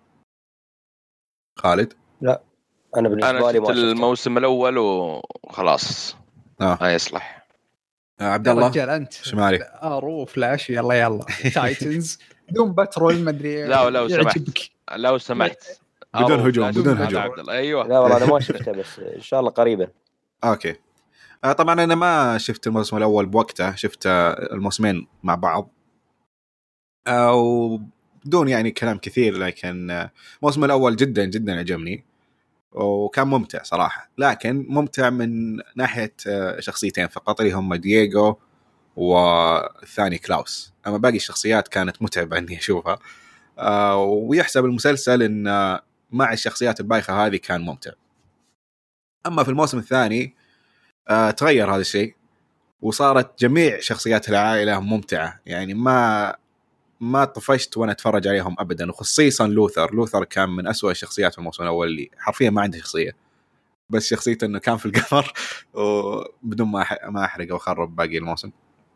Speaker 1: خالد؟
Speaker 4: لا انا بالنسبه لي
Speaker 3: ما الموسم الاول وخلاص
Speaker 1: اه
Speaker 3: ما يصلح.
Speaker 1: آه عبد الله
Speaker 2: رجال انت
Speaker 1: شمالي
Speaker 2: ارو فلاش يلا يلا تايتنز دوم باترول ما ادري
Speaker 3: لا لو سمحت لو سمحت
Speaker 1: بدون هجوم بدون هجوم.
Speaker 3: ايوه
Speaker 4: لا والله انا ما شفته بس ان شاء الله قريبا.
Speaker 1: اوكي آه طبعا انا ما شفت الموسم الاول بوقته، شفت الموسمين مع بعض او بدون يعني كلام كثير، لكن الموسم الاول جدا جدا عجبني وكان ممتع صراحه، لكن ممتع من ناحيه شخصيتين فقط اللي هم دييغو والثاني كلاوس، اما باقي الشخصيات كانت متعبه اني اشوفها. آه ويحسب المسلسل ان مع الشخصيات البايخه هذه كان ممتع. اما في الموسم الثاني آه تغير هذا الشيء وصارت جميع شخصيات العائله ممتعه، يعني ما ما طفشت وانا اتفرج عليهم ابدا، وخصيصا لوثر. لوثر كان من أسوأ الشخصيات في الموسم الاول اللي حرفيا ما عنده شخصيه، بس شخصيته انه كان في القفر وبدون ما ما احرق واخرب باقي الموسم.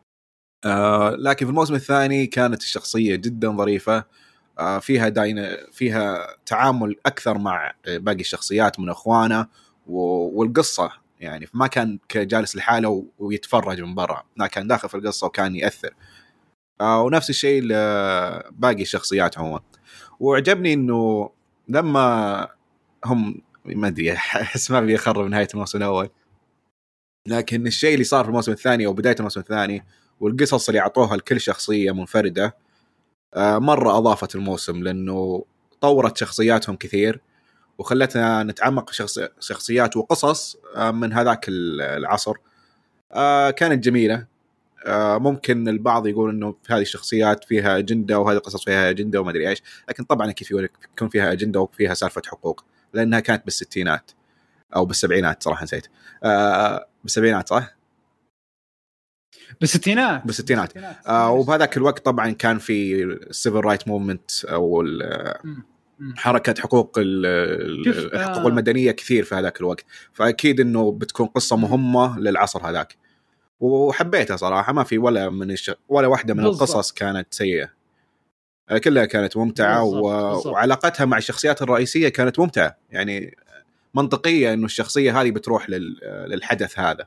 Speaker 1: آه لكن في الموسم الثاني كانت الشخصيه جدا ظريفه، آه فيها داين فيها تعامل اكثر مع باقي الشخصيات من اخوانه، والقصه يعني ما كان جالس لحاله ويتفرج من برا، لا كان داخل في القصه وكان يأثر. آه ونفس الشيء لباقي الشخصيات عموما. وعجبني انه لما هم ما ادري احس ما بيخرب نهايه الموسم الاول، لكن الشيء اللي صار في الموسم الثاني او بدايه الموسم الثاني والقصص اللي اعطوها لكل شخصيه منفرده آه مره اضافت الموسم، لانه طورت شخصياتهم كثير وخلتنا نتعمق شخص شخصيات وقصص آه من هذاك العصر. آه كانت جميله. آه ممكن البعض يقول انه في هذه الشخصيات فيها اجنده وهذه القصص فيها اجنده وما ادري ايش، لكن طبعا كيف يكون فيها اجنده وفيها سالفه حقوق، لانها كانت بالستينات او بالسبعينات صراحه نسيت. آه بالسبعينات صح؟
Speaker 2: بالستينات
Speaker 1: بالستينات آه وبهذاك الوقت طبعا كان في السيفل رايت موفمنت او حركه حقوق الحقوق المدنيه كثير في هذاك الوقت، فاكيد انه بتكون قصه مهمه للعصر هذاك، وحبيتها صراحه. ما في ولا من الش... ولا واحده من بالضبط. القصص كانت سيئه، كلها كانت ممتعه بالضبط. و... بالضبط. وعلاقتها مع الشخصيات الرئيسيه كانت ممتعه، يعني منطقيه انه الشخصيه هذه بتروح لل... للحدث هذا.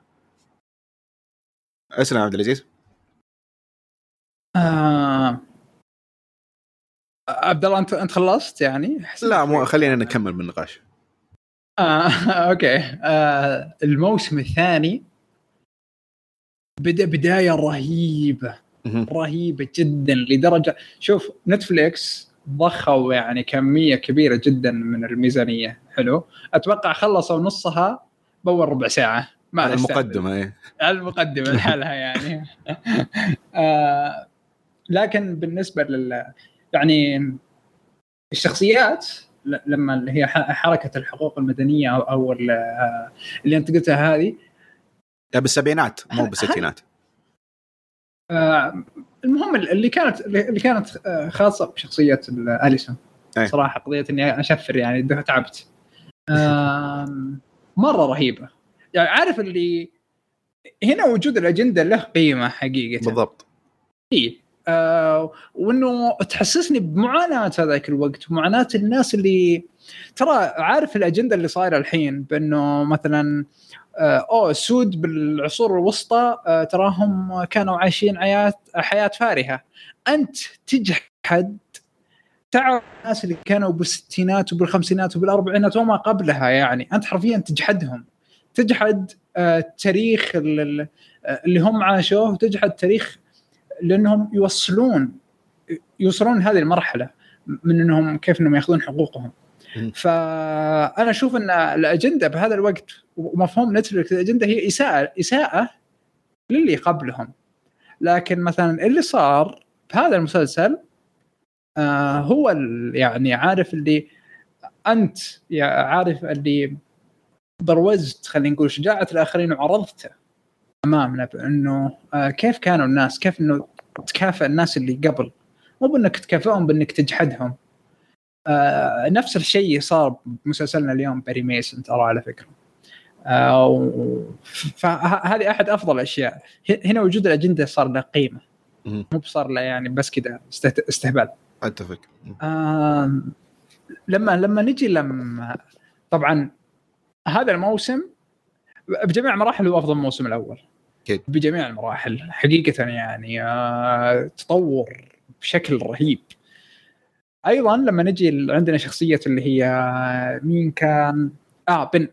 Speaker 1: اسلم عبد العزيز.
Speaker 2: آه... عبد الله انت انت خلصت يعني؟
Speaker 1: لا مو خلينا نكمل بالنقاش.
Speaker 2: آه... اوكي آه... الموسم الثاني بدأ بداية رهيبة رهيبة جدا، لدرجة شوف نتفليكس ضخوا يعني كمية كبيرة جدا من الميزانية. حلو، أتوقع خلصوا نصها بأول ربع ساعة
Speaker 1: على المقدمة ايه
Speaker 2: على المقدمة لحالها يعني. آه لكن بالنسبة لل يعني الشخصيات لما اللي هي حركة الحقوق المدنية أو, أو اللي أنت قلتها هذه
Speaker 1: بالسبعينات مو بالستينات.
Speaker 2: آه المهم اللي كانت اللي كانت خاصة بشخصية أليسون صراحة قضية إني أشفر يعني تعبت. آه مرة رهيبة يعني، عارف اللي هنا وجود الأجندة له قيمة حقيقة
Speaker 1: بالضبط.
Speaker 2: إيه آه وإنه تحسسني بمعاناة هذاك الوقت ومعاناة الناس اللي ترى عارف الأجندة اللي صايرة الحين بأنه مثلاً أوه السود بالعصور الوسطى آه تراهم كانوا عايشين حياة حياة فارهة. أنت تجحد تعرف الناس اللي كانوا بالستينات وبالخمسينات وبالأربعينات وما قبلها، يعني أنت حرفيا تجحدهم، تجحد آه تاريخ اللي هم عاشوه وتجحد تاريخ لأنهم يوصلون يوصلون هذه المرحلة من أنهم كيف أنهم يأخذون حقوقهم. فأنا أشوف أن الأجندة بهذا الوقت ومفهوم نتفليكس الأجندة هي إساءة إساءة للي قبلهم، لكن مثلا اللي صار بهذا المسلسل آه هو يعني عارف اللي انت يا عارف اللي بروزت خلينا نقول شجاعه الاخرين وعرضته امامنا بانه آه كيف كانوا الناس، كيف انه تكافئ الناس اللي قبل، مو بانك تكافئهم بانك تجحدهم. آه نفس الشيء صار بمسلسلنا اليوم باري ميسن ترى على فكره. آه فهذه احد افضل الاشياء هنا، وجود الاجنده صار له قيمه، مو بصار له يعني بس كذا استهبال.
Speaker 1: اتفق.
Speaker 2: آه لما لما نجي لما طبعا هذا الموسم بجميع مراحل هو افضل موسم الاول
Speaker 1: كيد.
Speaker 2: بجميع المراحل حقيقه يعني آه تطور بشكل رهيب. ايضا لما نجي عندنا شخصيه اللي هي مين كان اه بن،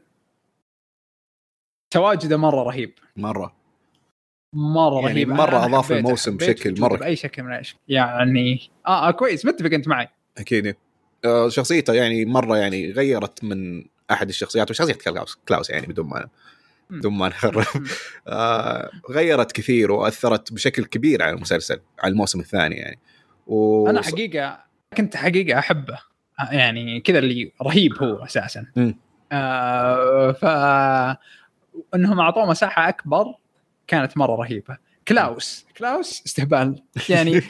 Speaker 2: تواجده مره رهيب،
Speaker 1: مره
Speaker 2: مره
Speaker 1: يعني
Speaker 2: رهيب،
Speaker 1: مره اضاف الموسم بشكل مره
Speaker 2: باي شكل من الاشكال يعني. اه, آه كويس، متفق انت معي
Speaker 1: اكيد. آه شخصيته يعني مره يعني غيرت من احد الشخصيات، وشخصيه كلاوس كلاوس يعني بدون ما بدون ما نخرب آه غيرت كثير واثرت بشكل كبير على المسلسل على الموسم الثاني يعني. و...
Speaker 2: انا حقيقه كنت حقيقه احبه يعني كذا، اللي رهيب هو اساسا. آه ف انهم اعطوه مساحه اكبر كانت مره رهيبه. كلاوس كلاوس استهبال يعني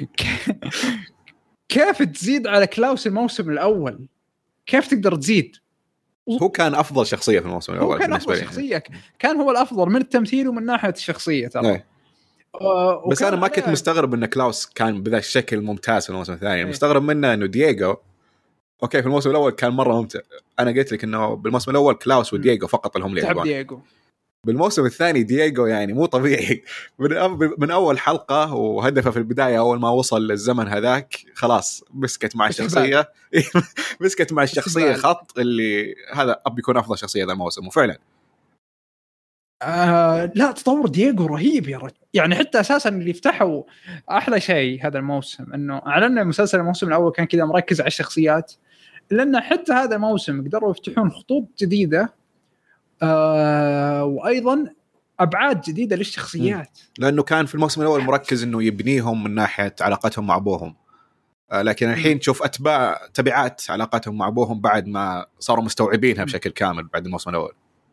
Speaker 2: كيف تزيد على كلاوس الموسم الاول؟ كيف تقدر تزيد؟
Speaker 1: هو كان افضل شخصيه في الموسم الاول
Speaker 2: بالنسبه لي، شخصيه كان هو الافضل من التمثيل ومن ناحيه الشخصيه ترى.
Speaker 1: أه بس انا ما كنت مستغرب ان كلاوس كان بذا الشكل ممتاز في الموسم الثاني. ايه. مستغرب منه انه دييغو اوكي في الموسم الاول كان مره ممتع. انا قلت لك انه بالموسم الاول كلاوس ودييغو فقط اللي هم اللي
Speaker 2: دييغو.
Speaker 1: بالموسم الثاني دييغو يعني مو طبيعي. من, من اول حلقه وهدفه في البدايه اول ما وصل للزمن هذاك خلاص مسكت مع الشخصيه مسكت مع الشخصيه خط اللي هذا اب يكون افضل شخصيه هذا الموسم. وفعلا
Speaker 2: آه لا تطور دييغو رهيب يا رجل يعني. حتى اساسا اللي يفتحوا احلى شيء هذا الموسم انه اعلنا المسلسل الموسم الاول كان كذا مركز على الشخصيات، لان حتى هذا الموسم قدروا يفتحون خطوط جديده آه وايضا ابعاد جديده للشخصيات.
Speaker 1: لانه كان في الموسم الاول مركز انه يبنيهم من ناحيه علاقتهم مع ابوهم، آه لكن الحين تشوف اتباع تبعات علاقتهم مع ابوهم بعد ما صاروا مستوعبينها بشكل كامل بعد الموسم الاول.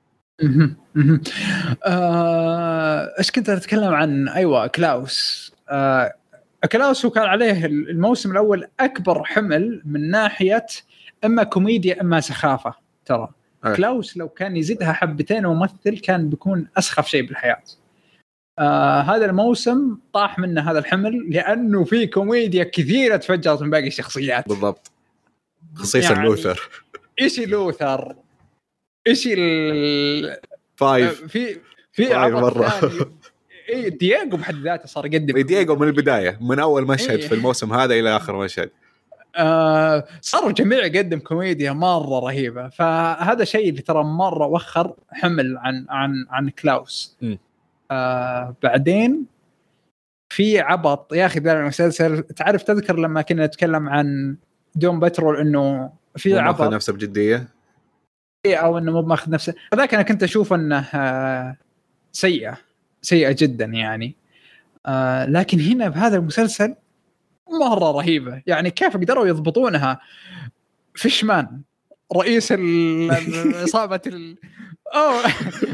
Speaker 2: آه، ايش كنت اتكلم عن ايوه كلاوس. آه، كلاوس وكان عليه الموسم الاول اكبر حمل من ناحيه اما كوميديا اما سخافه ترى. أه. كلاوس لو كان يزيدها حبتين وممثل كان بيكون اسخف شيء بالحياه. آه، هذا الموسم طاح منه هذا الحمل لانه في كوميديا كثيره تفجرت من باقي الشخصيات.
Speaker 1: بالضبط، خصيصا يعني لوثر.
Speaker 2: ايش لوثر ايش ال
Speaker 1: فايف
Speaker 2: في في
Speaker 1: مرة
Speaker 2: اي دييغو بحد ذاته صار يقدم
Speaker 1: دييغو من البداية من أول مشهد إيه. في الموسم هذا إلى آخر مشهد
Speaker 2: آه صاروا الجميع يقدم كوميديا مرة رهيبة. فهذا شيء اللي ترى مرة وخر حمل عن عن عن كلاوس. آه بعدين في عبط يا أخي ذا المسلسل. تعرف تذكر لما كنا نتكلم عن دوم باترول إنه في عبط
Speaker 1: نفسه بجدية
Speaker 2: او انه مو ماخذ نفسه. هذاك انا كنت اشوف انه سيئه سيئه جدا يعني. آه لكن هنا بهذا المسلسل مره رهيبه يعني. كيف قدروا يضبطونها؟ فيشمان رئيس العصابه ال... أوه.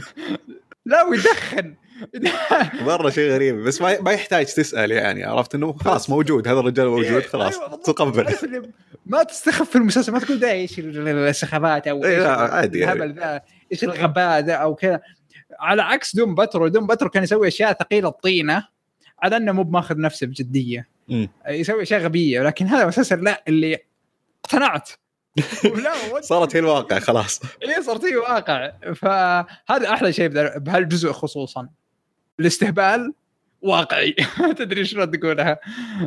Speaker 2: لا ويدخن
Speaker 1: مرة شيء غريب بس ما ما يحتاج تسأل يعني. عرفت انه خلاص موجود هذا الرجال موجود خلاص تقبل.
Speaker 2: ما تستخف في المسلسل ما تقول ده ايش السخافات او ايش الهبل ذا ايش الغباء ذا او كذا. على عكس دوم باترو دوم باترو كان يسوي اشياء ثقيله الطينه على انه مو بماخذ نفسه بجديه م. يسوي اشياء غبيه. لكن هذا المسلسل لا اللي اقتنعت
Speaker 1: صارت هي الواقع خلاص.
Speaker 2: ايه صارت هي واقع. فهذا احلى شيء بهالجزء خصوصا الاستهبال واقعي. تدري شو تقولها.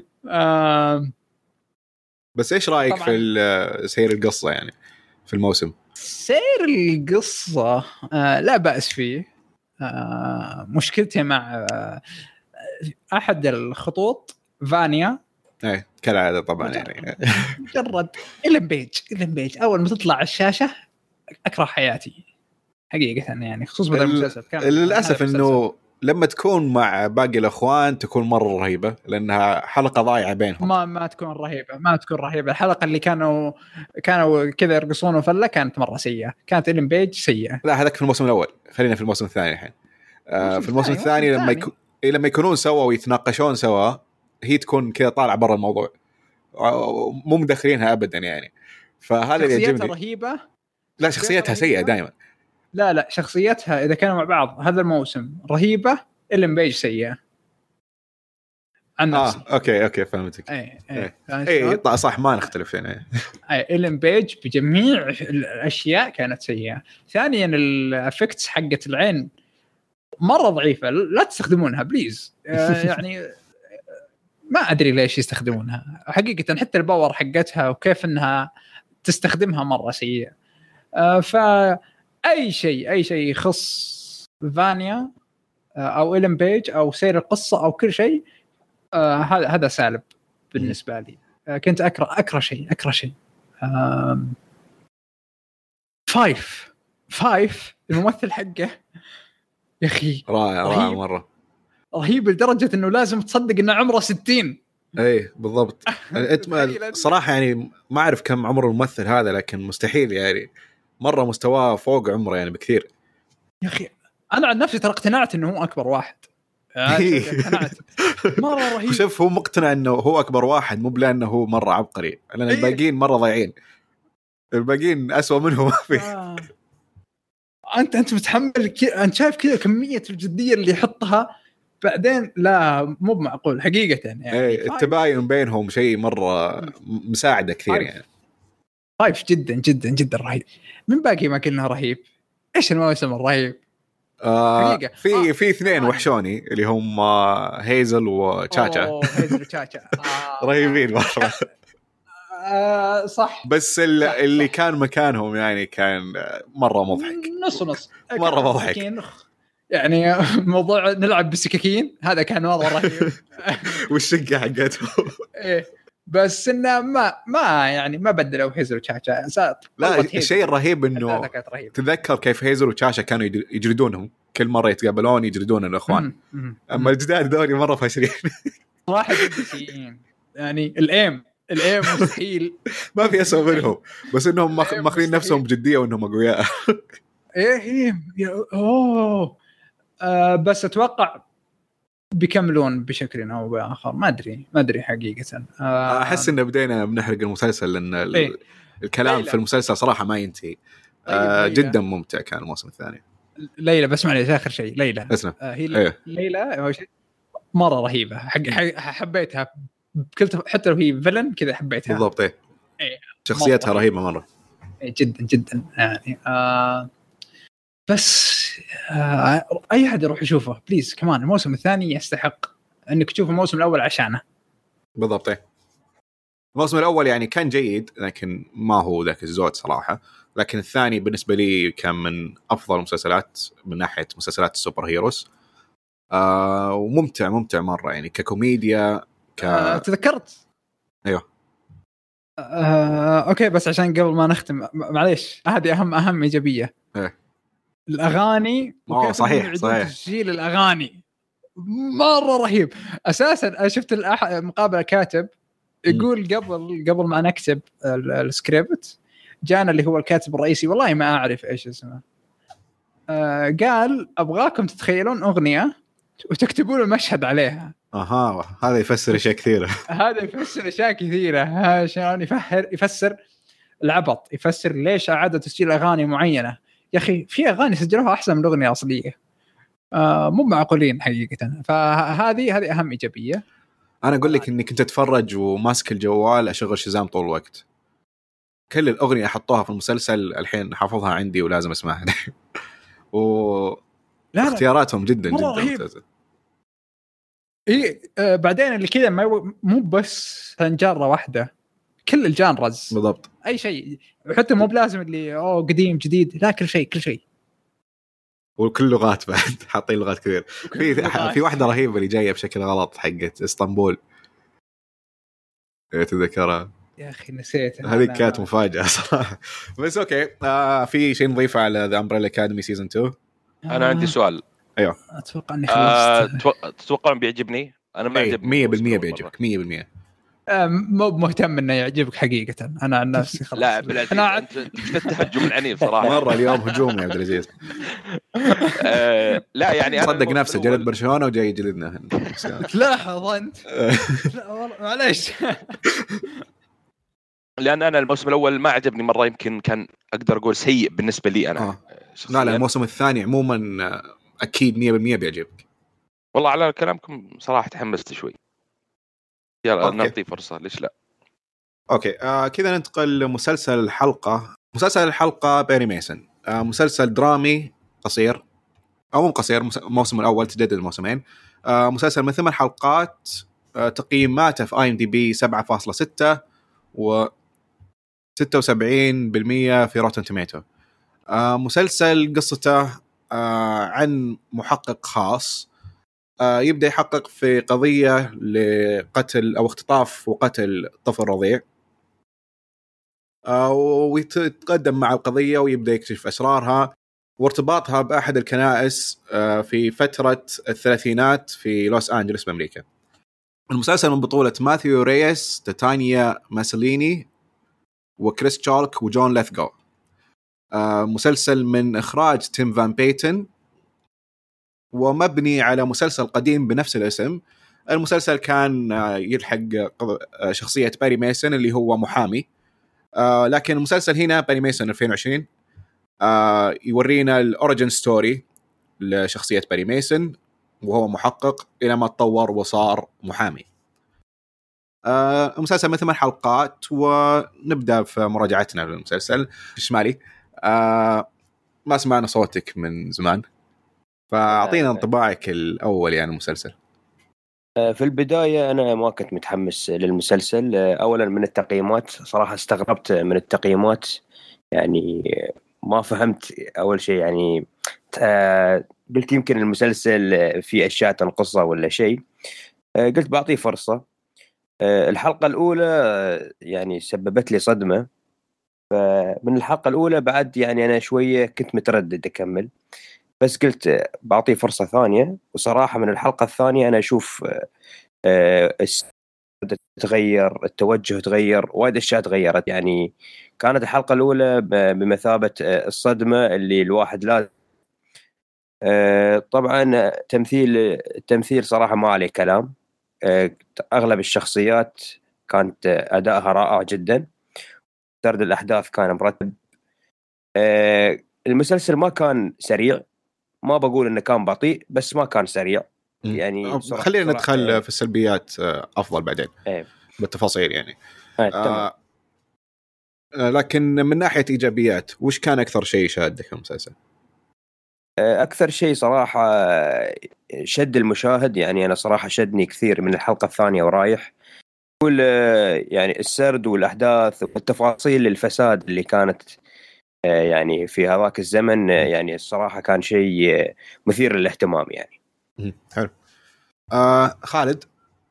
Speaker 2: آه
Speaker 1: بس ايش رايك في سير القصه يعني في الموسم؟
Speaker 2: سير القصه آه لا باس فيه. آه مشكلتي مع آه احد الخطوط فانيا
Speaker 1: ايه كالعاده طبعا مجرد. يعني
Speaker 2: مجرد إلين بيج إلين بيج اول ما تطلع على الشاشه اكره حياتي حقيقه يعني. خصوصا بدل المسلسل
Speaker 1: كان للاسف انه لما تكون مع باقي الاخوان تكون مره رهيبه لانها حلقه ضايعه بينهم.
Speaker 2: ما ما تكون رهيبه ما تكون رهيبه الحلقه اللي كانوا كانوا كذا يرقصون وفله كانت مره سيئه. كانت إلين بيج سيئه.
Speaker 1: لا هذاك في الموسم الاول. خلينا في الموسم الثاني الحين. آه في الموسم الثاني لما يكون لما يكونون سوا ويتناقشون سوا هي تكون كذا طالعه برا الموضوع مو مدخلينها ابدا يعني. فهذا اللي يعجبني.
Speaker 2: شخصيتها رهيبه.
Speaker 1: لا شخصيتها سيئه دائما.
Speaker 2: لا لا شخصيتها اذا كانوا مع بعض هذا الموسم رهيبه. إلين بيج سيئه عن نفسي.
Speaker 1: اه اوكي اوكي فهمتك.
Speaker 2: اي اي
Speaker 1: اي اي صح ما نختلف هنا.
Speaker 2: اي إلين بيج بجميع الاشياء كانت سيئه. ثانيا الافكتس حقت العين مره ضعيفه لا تستخدمونها بليز. يعني ما ادري ليش يستخدمونها حقيقه. حتى الباور حقتها وكيف انها تستخدمها مره سيئه. فاي شيء اي شيء يخص فانيا او إلين بيج او سير القصه او كل شيء هذا هذا سالب بالنسبه لي. كنت اكره اكره شيء اكره شيء. فايف فايف الممثل حقه يا اخي
Speaker 1: رائع رائع مره
Speaker 2: رهيب لدرجه انه لازم تصدق انه عمره ستين.
Speaker 1: اي بالضبط. انت صراحه يعني ما اعرف كم عمر الممثل هذا لكن مستحيل يعني مره مستواه فوق عمره يعني بكثير
Speaker 2: يا اخي. انا عن نفسي ترى اقتنعت انه هو اكبر واحد. اقتنعت مره رهيب.
Speaker 1: شوف هو مقتنع انه هو اكبر واحد مو بلانه هو مره عبقري لان
Speaker 2: إيه؟
Speaker 1: الباقيين مره ضايعين. الباقيين أسوأ منهم ما في.
Speaker 2: آه. انت انت متحمل ك... انت شايف كذا كميه الجديه اللي يحطها بعدين لا مو معقول حقيقه يعني.
Speaker 1: ايه التباين بينهم شيء مره مساعده كثير
Speaker 2: فايف.
Speaker 1: يعني.
Speaker 2: فايف جدا جدا جدا رهيب. من باقي ما قلنا رهيب ايش الموسم الرهيب؟
Speaker 1: آه في
Speaker 2: آه.
Speaker 1: في اثنين وحشوني اللي هم هيزل وتشاتشا.
Speaker 2: هيزل وتشاتشا آه.
Speaker 1: رهيبين مره.
Speaker 2: آه صح.
Speaker 1: بس اللي, صح اللي صح. كان مكانهم يعني كان مره مضحك
Speaker 2: نص نص
Speaker 1: مره مضحك
Speaker 2: يعني. موضوع نلعب بالسكاكين هذا كان مره رهيب.
Speaker 1: والشقه حقته
Speaker 2: ايه بس انه ما ما يعني ما بدلوا هيزل وتشاتشا.
Speaker 1: لا الشيء الرهيب انه تذكر كيف هيزل وتشاتشا كانوا يجلدونهم كل مره يتقابلون يجلدون الاخوان. اما الجداد دوري مره فاشلين
Speaker 2: واحد جديين يعني. الايم الايم مستحيل
Speaker 1: ما في اسوء منهم بس انهم ماخذين نفسهم بجديه وانهم اقوياء.
Speaker 2: ايه اوه آه بس اتوقع بيكملون بشكل او باخر ما ادري ما ادري حقيقه.
Speaker 1: آه احس ان بدينا بنحرق المسلسل لان إيه؟ الكلام ليلى. في المسلسل صراحه ما ينتهي. آه جدا ممتع كان الموسم الثاني.
Speaker 2: ليلى بس معليش اخر شيء ليلى
Speaker 1: آه
Speaker 2: هي إيه؟ ليلى مره رهيبه حق حبيتها بكل حتى لو هي فيلن كذا حبيتها
Speaker 1: بالضبط. ايه,
Speaker 2: إيه.
Speaker 1: شخصيتها رهيبه مره.
Speaker 2: إيه جدا جدا يعني. آه بس آه اي حد يروح يشوفه بليز كمان. الموسم الثاني يستحق انك تشوف الموسم الاول عشانه.
Speaker 1: بالضبط. ايه الموسم الاول يعني كان جيد لكن ما هو ذاك الزود صراحه. لكن الثاني بالنسبه لي كان من افضل المسلسلات من ناحيه مسلسلات السوبر هيروز. آه وممتع ممتع مره يعني ككوميديا ك...
Speaker 2: آه تذكرت.
Speaker 1: ايوه
Speaker 2: آه اوكي بس عشان قبل ما نختم معليش هذه اهم اهم ايجابيه.
Speaker 1: ايه
Speaker 2: الاغاني
Speaker 1: وكيف صحيح صحيح
Speaker 2: تسجيل الاغاني مره رهيب. اساسا شفت مقابله كاتب يقول قبل قبل ما نكتب السكريبت جانا اللي هو الكاتب الرئيسي والله ما اعرف ايش اسمه. آه قال ابغاكم تتخيلون اغنيه وتكتبون المشهد عليها.
Speaker 1: اها هذا يفسر اشياء كثيره.
Speaker 2: هذا يفسر اشياء كثيره عشان يفسر يفسر العبط يفسر ليش اعادوا تسجيل اغاني معينه. يا اخي في اغاني سجلوها احسن من الاغنيه الاصليه. آه مو معقولين حقيقه. فهذه هذه اهم ايجابيه.
Speaker 1: انا اقول لك اني كنت اتفرج وماسك الجوال اشغل شزام طول الوقت. كل الاغنيه حطوها في المسلسل الحين حافظها عندي ولازم اسمعها. و اختياراتهم جدا جدا ممتازه.
Speaker 2: ايه آه بعدين اللي كذا مو بس جاره واحده كل الجانرز
Speaker 1: بالضبط.
Speaker 2: اي شيء حتى مو بلازم اللي اوه قديم جديد لا كل شيء كل شيء
Speaker 1: وكل لغات بعد حاطين لغات كثير. في في واحده رهيبه اللي جايه بشكل غلط حقت اسطنبول تذكرها
Speaker 2: يا اخي نسيت.
Speaker 1: هذه كانت مفاجاه صراحه بس اوكي. آه في شيء نضيفه على ذا امبريلا اكاديمي سيزون اثنين.
Speaker 3: انا عندي سؤال
Speaker 1: ايوه
Speaker 2: اتوقع اني خلصت.
Speaker 3: أه تتوقع بيعجبني؟ انا ما عجبني
Speaker 1: مية بالمية بيعجبك مية بالمية.
Speaker 2: مو مهتم انه يعجبك حقيقه انا عن نفسي خلاص.
Speaker 3: لا بالعكس أنا... انت شفت التهجم العنيف صراحه
Speaker 1: مره اليوم هجوم يا عبد العزيز.
Speaker 3: أه لا يعني
Speaker 1: صدق نفسه جلد برشلونه وجاي يجلدنا.
Speaker 2: تلاحظ انت. لا والله معليش.
Speaker 3: لان انا الموسم الاول ما عجبني مره، يمكن كان اقدر اقول سيء بالنسبه لي انا.
Speaker 1: آه. لا لا الموسم الثاني عموما اكيد مية بالمية بيعجبك.
Speaker 3: والله على كلامكم صراحه تحمست شوي. يلا نعطي فرصه ليش لا.
Speaker 1: اوكي آه كذا ننتقل لمسلسل الحلقه. مسلسل الحلقه بيري ميسن، آه مسلسل درامي قصير او مو قصير، الموسم الاول تجدد الموسمين. آه مسلسل من ثمان حلقات، آه تقييماته في اي ام دي بي سبعة فاصلة ستة و ستة وسبعين بالمية في روتن توميتو. آه مسلسل قصته آه عن محقق خاص آه يبدأ يحقق في قضية لقتل أو اختطاف وقتل طفل رضيع، آه ويتقدم مع القضية ويبدأ يكتشف أسرارها وارتباطها بأحد الكنائس آه في فترة الثلاثينات في لوس أنجلوس بأمريكا. المسلسل من بطولة ماثيو ريس، تاتانيا ماسليني، وكريس تشارك، وجون ليثغو. آه مسلسل من إخراج تيم فان بيتن ومبني على مسلسل قديم بنفس الاسم. المسلسل كان يلحق شخصية باري ميسن اللي هو محامي، آه لكن المسلسل هنا باري ميسن ألفين وعشرين آه يورينا الأوريجين ستوري لشخصية باري ميسن وهو محقق إلى ما تطور وصار محامي. آه المسلسل من ثمان حلقات ونبدأ في مراجعتنا للمسلسل. شمالي آه ما سمعنا صوتك من زمان، فأعطينا انطباعك الأول يعني المسلسل.
Speaker 4: في البداية أنا ما كنت متحمس للمسلسل. أولا من التقييمات صراحة استغربت من التقييمات، يعني ما فهمت أول شيء. يعني قلت يمكن المسلسل في أشياء تنقصه ولا شيء، قلت بعطيه فرصة. الحلقة الأولى يعني سببت لي صدمة، فمن الحلقة الأولى بعد يعني أنا شوية كنت متردد أكمل، بس قلت بعطيه فرصة ثانية. وصراحة من الحلقة الثانية أنا أشوف السرد تغير، التوجه تغير، وايد أشياء تغيرت. يعني كانت الحلقة الأولى بمثابة الصدمة اللي الواحد لازم. طبعا تمثيل التمثيل صراحة ما عليه كلام. أغلب الشخصيات كانت أدائها رائع جدا، سرد الأحداث كان مرتب. المسلسل ما كان سريع، ما بقول انه كان بطيء بس ما كان سريع. يعني
Speaker 1: خلينا ندخل في السلبيات افضل بعدين
Speaker 4: ايه.
Speaker 1: بالتفاصيل يعني.
Speaker 4: ايه
Speaker 1: آه لكن من ناحيه ايجابيات وش كان اكثر شيء شادك في المسلسل؟
Speaker 4: اكثر شيء صراحه شد المشاهد، يعني انا صراحه شدني كثير من الحلقه الثانيه ورايح. كل يعني السرد والاحداث والتفاصيل الفساد اللي كانت يعني في هذاك الزمن، يعني الصراحة كان شيء مثير للاهتمام يعني.
Speaker 1: حلو. آه خالد.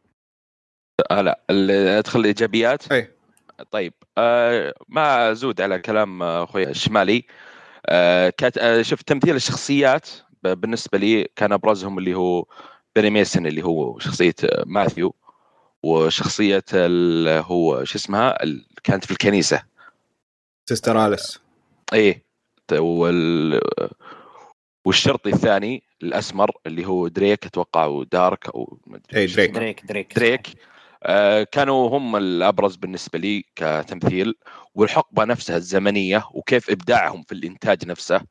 Speaker 3: آه لا ادخل الايجابيات.
Speaker 1: اي
Speaker 3: طيب آه ما ازود على كلام اخوي الشمالي. آه كانت آه شفت تمثيل الشخصيات بالنسبة لي كان ابرزهم اللي هو بيري ميسن اللي هو شخصية ماثيو، وشخصية اللي هو شو اسمها اللي كانت في الكنيسة
Speaker 1: سيستر أليس.
Speaker 3: ايه وال... والشرطي الثاني الاسمر اللي هو دريك اتوقع او دارك او
Speaker 1: ايه دريك
Speaker 4: دريك دريك,
Speaker 3: دريك. آه كانوا هم الابرز بالنسبه لي كتمثيل، والحقبه نفسها الزمنيه وكيف ابداعهم في الانتاج نفسه،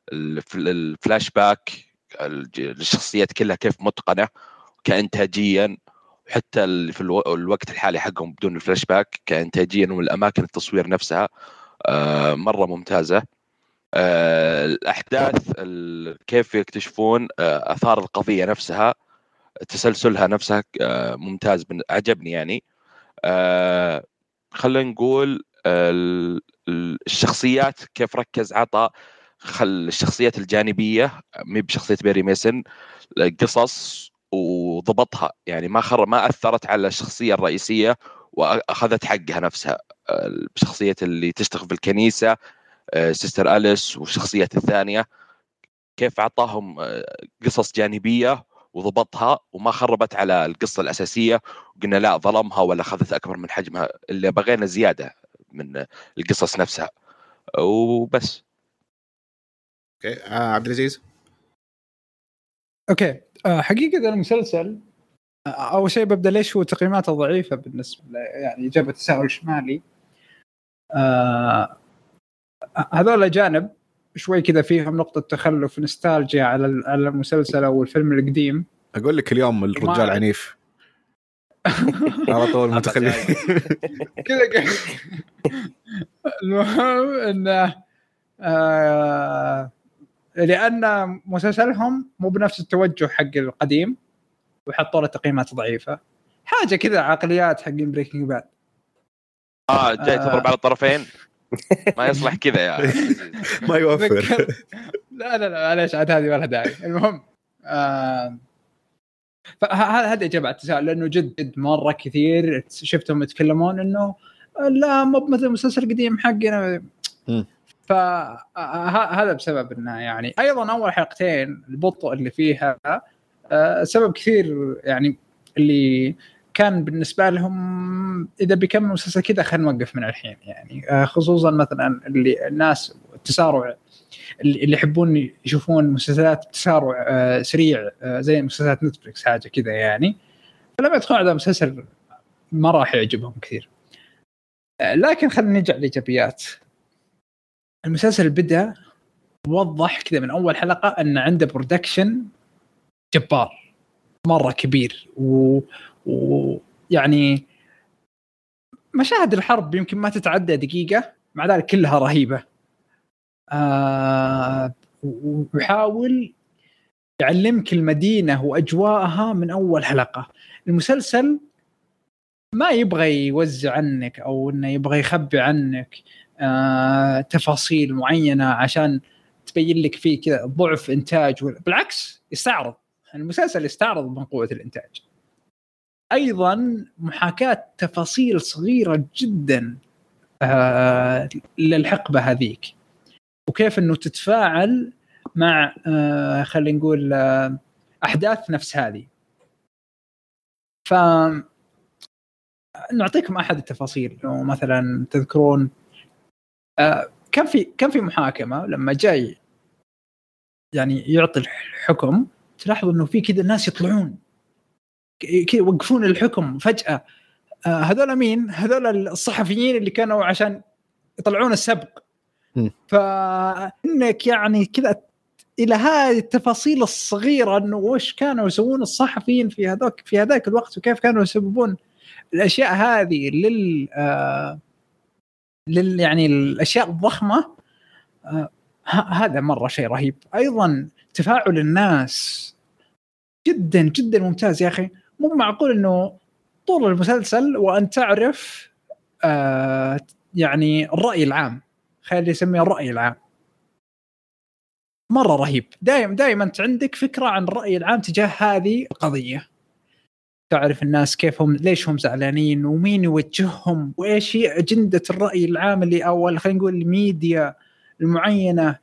Speaker 3: الفلاش باك الشخصيات كلها كيف متقنه كانتاجيا، وحتى في الوقت الحالي حقهم بدون الفلاش باك كانتاجيا والاماكن التصوير نفسها آه مره ممتازه. آه الأحداث كيف يكتشفون آه أثار القضية نفسها، تسلسلها نفسها آه ممتاز، عجبني يعني. آه خلينا نقول آه الشخصيات كيف ركز عطى خل الشخصيات الجانبية مي بشخصية بيري ميسن قصص وضبطها، يعني ما خر ما أثرت على الشخصية الرئيسية وأخذت حقها نفسها. بشخصية اللي تشتغل في الكنيسة سيستر أليس والشخصيات الثانية كيف أعطاهم قصص جانبية وضبطها وما خربت على القصة الأساسية، وقلنا لا ظلمها ولا أخذت أكبر من حجمها، اللي بغينا زيادة من القصص نفسها وبس.
Speaker 1: اوكي آه عبد العزيز.
Speaker 2: اوكي آه حقيقة المسلسل آه اول شيء ببدا ليش هو تقييماته ضعيفة بالنسبة يعني إجابة تساؤل شمالي. آه هذول الأجانب شوي كذا فيهم نقطة تخلف نستالجيا على على المسلسل أو الفيلم القديم.
Speaker 1: أقول لك اليوم الرجال عنيف على طول متخلف
Speaker 2: كذا. المهم إنه آه لأن مسلسلهم مو بنفس التوجه حق القديم وحطوا له تقييمات ضعيفة، حاجة كذا عقليات حقين بريكنج باد.
Speaker 3: آه جاي تضرب على الطرفين ما يصلح كذا يا
Speaker 1: ما يوفر.
Speaker 2: لا لا لا معليش عاد هذه ولا داعي. المهم آه فهذا هذا إجابة التساؤل، لأنه جد جد مرة كثير شفتهم يتكلمون إنه لا مو مثل المسلسل القديم حقنا. فهذا بسبب إنه يعني أيضا أول حلقتين البطء اللي فيها آه سبب كثير يعني اللي كان بالنسبة لهم إذا بيكمل مسلسل كذا خلينا نوقف من الحين يعني آه خصوصا مثلا اللي الناس التسارع اللي يحبون يشوفون مسلسلات تسارع آه سريع آه زي مسلسلات نتفليكس حاجة كذا يعني، فلما يدخلون على مسلسل ما راح يعجبهم كثير. آه لكن خلينا نرجع لإيجابيات المسلسل. بدأ وضح كذا من أول حلقة أن عنده برودكشن جبار مرة كبير و... ويعني مشاهد الحرب يمكن ما تتعدى دقيقة مع ذلك كلها رهيبة. آه ويحاول يعلمك المدينة وأجواءها من أول حلقة. المسلسل ما يبغى يوزع عنك أو إنه يبغى يخبي عنك آه تفاصيل معينة عشان تبين لك فيه كذا ضعف إنتاج، بالعكس يستعرض المسلسل يستعرض من قوة الإنتاج. أيضا محاكاة تفاصيل صغيرة جدا آه للحقبة هذيك وكيف أنه تتفاعل مع آه خلينا نقول آه أحداث نفس هذه. فنعطيكم أحد التفاصيل. مثلا تذكرون آه كان في كان في محاكمة لما جاي يعني يعطي الحكم تلاحظوا أنه في كده الناس يطلعون كده يوقفون الحكم فجأة. آه هذول مين؟ هذول الصحفيين اللي كانوا عشان يطلعون السبق. فإنك يعني كذا إلى هذه التفاصيل الصغيرة إنه وش كانوا يسوون الصحفيين في هذاك في هذاك الوقت وكيف كانوا يسببون الأشياء هذه لل آه لل يعني الأشياء الضخمة. آه هذا مرة شيء رهيب. أيضا تفاعل الناس جدا جدا ممتاز يا أخي. مو معقول إنه طول المسلسل وأن تعرف آه يعني الرأي العام، خلي يسميه الرأي العام، مرة رهيب. دائما دائما أنت عندك فكرة عن الرأي العام تجاه هذه القضية، تعرف الناس كيف هم ليش هم زعلانين ومين يوجههم وإيش هي أجندة الرأي العام اللي أول خلينا نقول الميديا المعينة.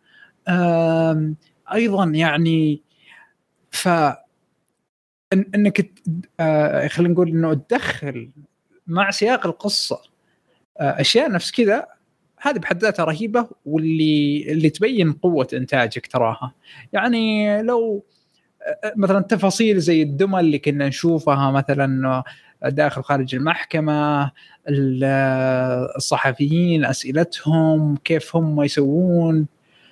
Speaker 2: أيضا يعني ف إنك آه خلينا نقول إنه تدخل مع سياق القصة آه أشياء نفس كذا، هذه بحد ذاتها رهيبة واللي اللي تبين قوة إنتاجك تراها. يعني لو مثلا تفاصيل زي الدمى اللي كنا نشوفها مثلا داخل خارج المحكمة، الصحفيين أسئلتهم كيف هم يسوون،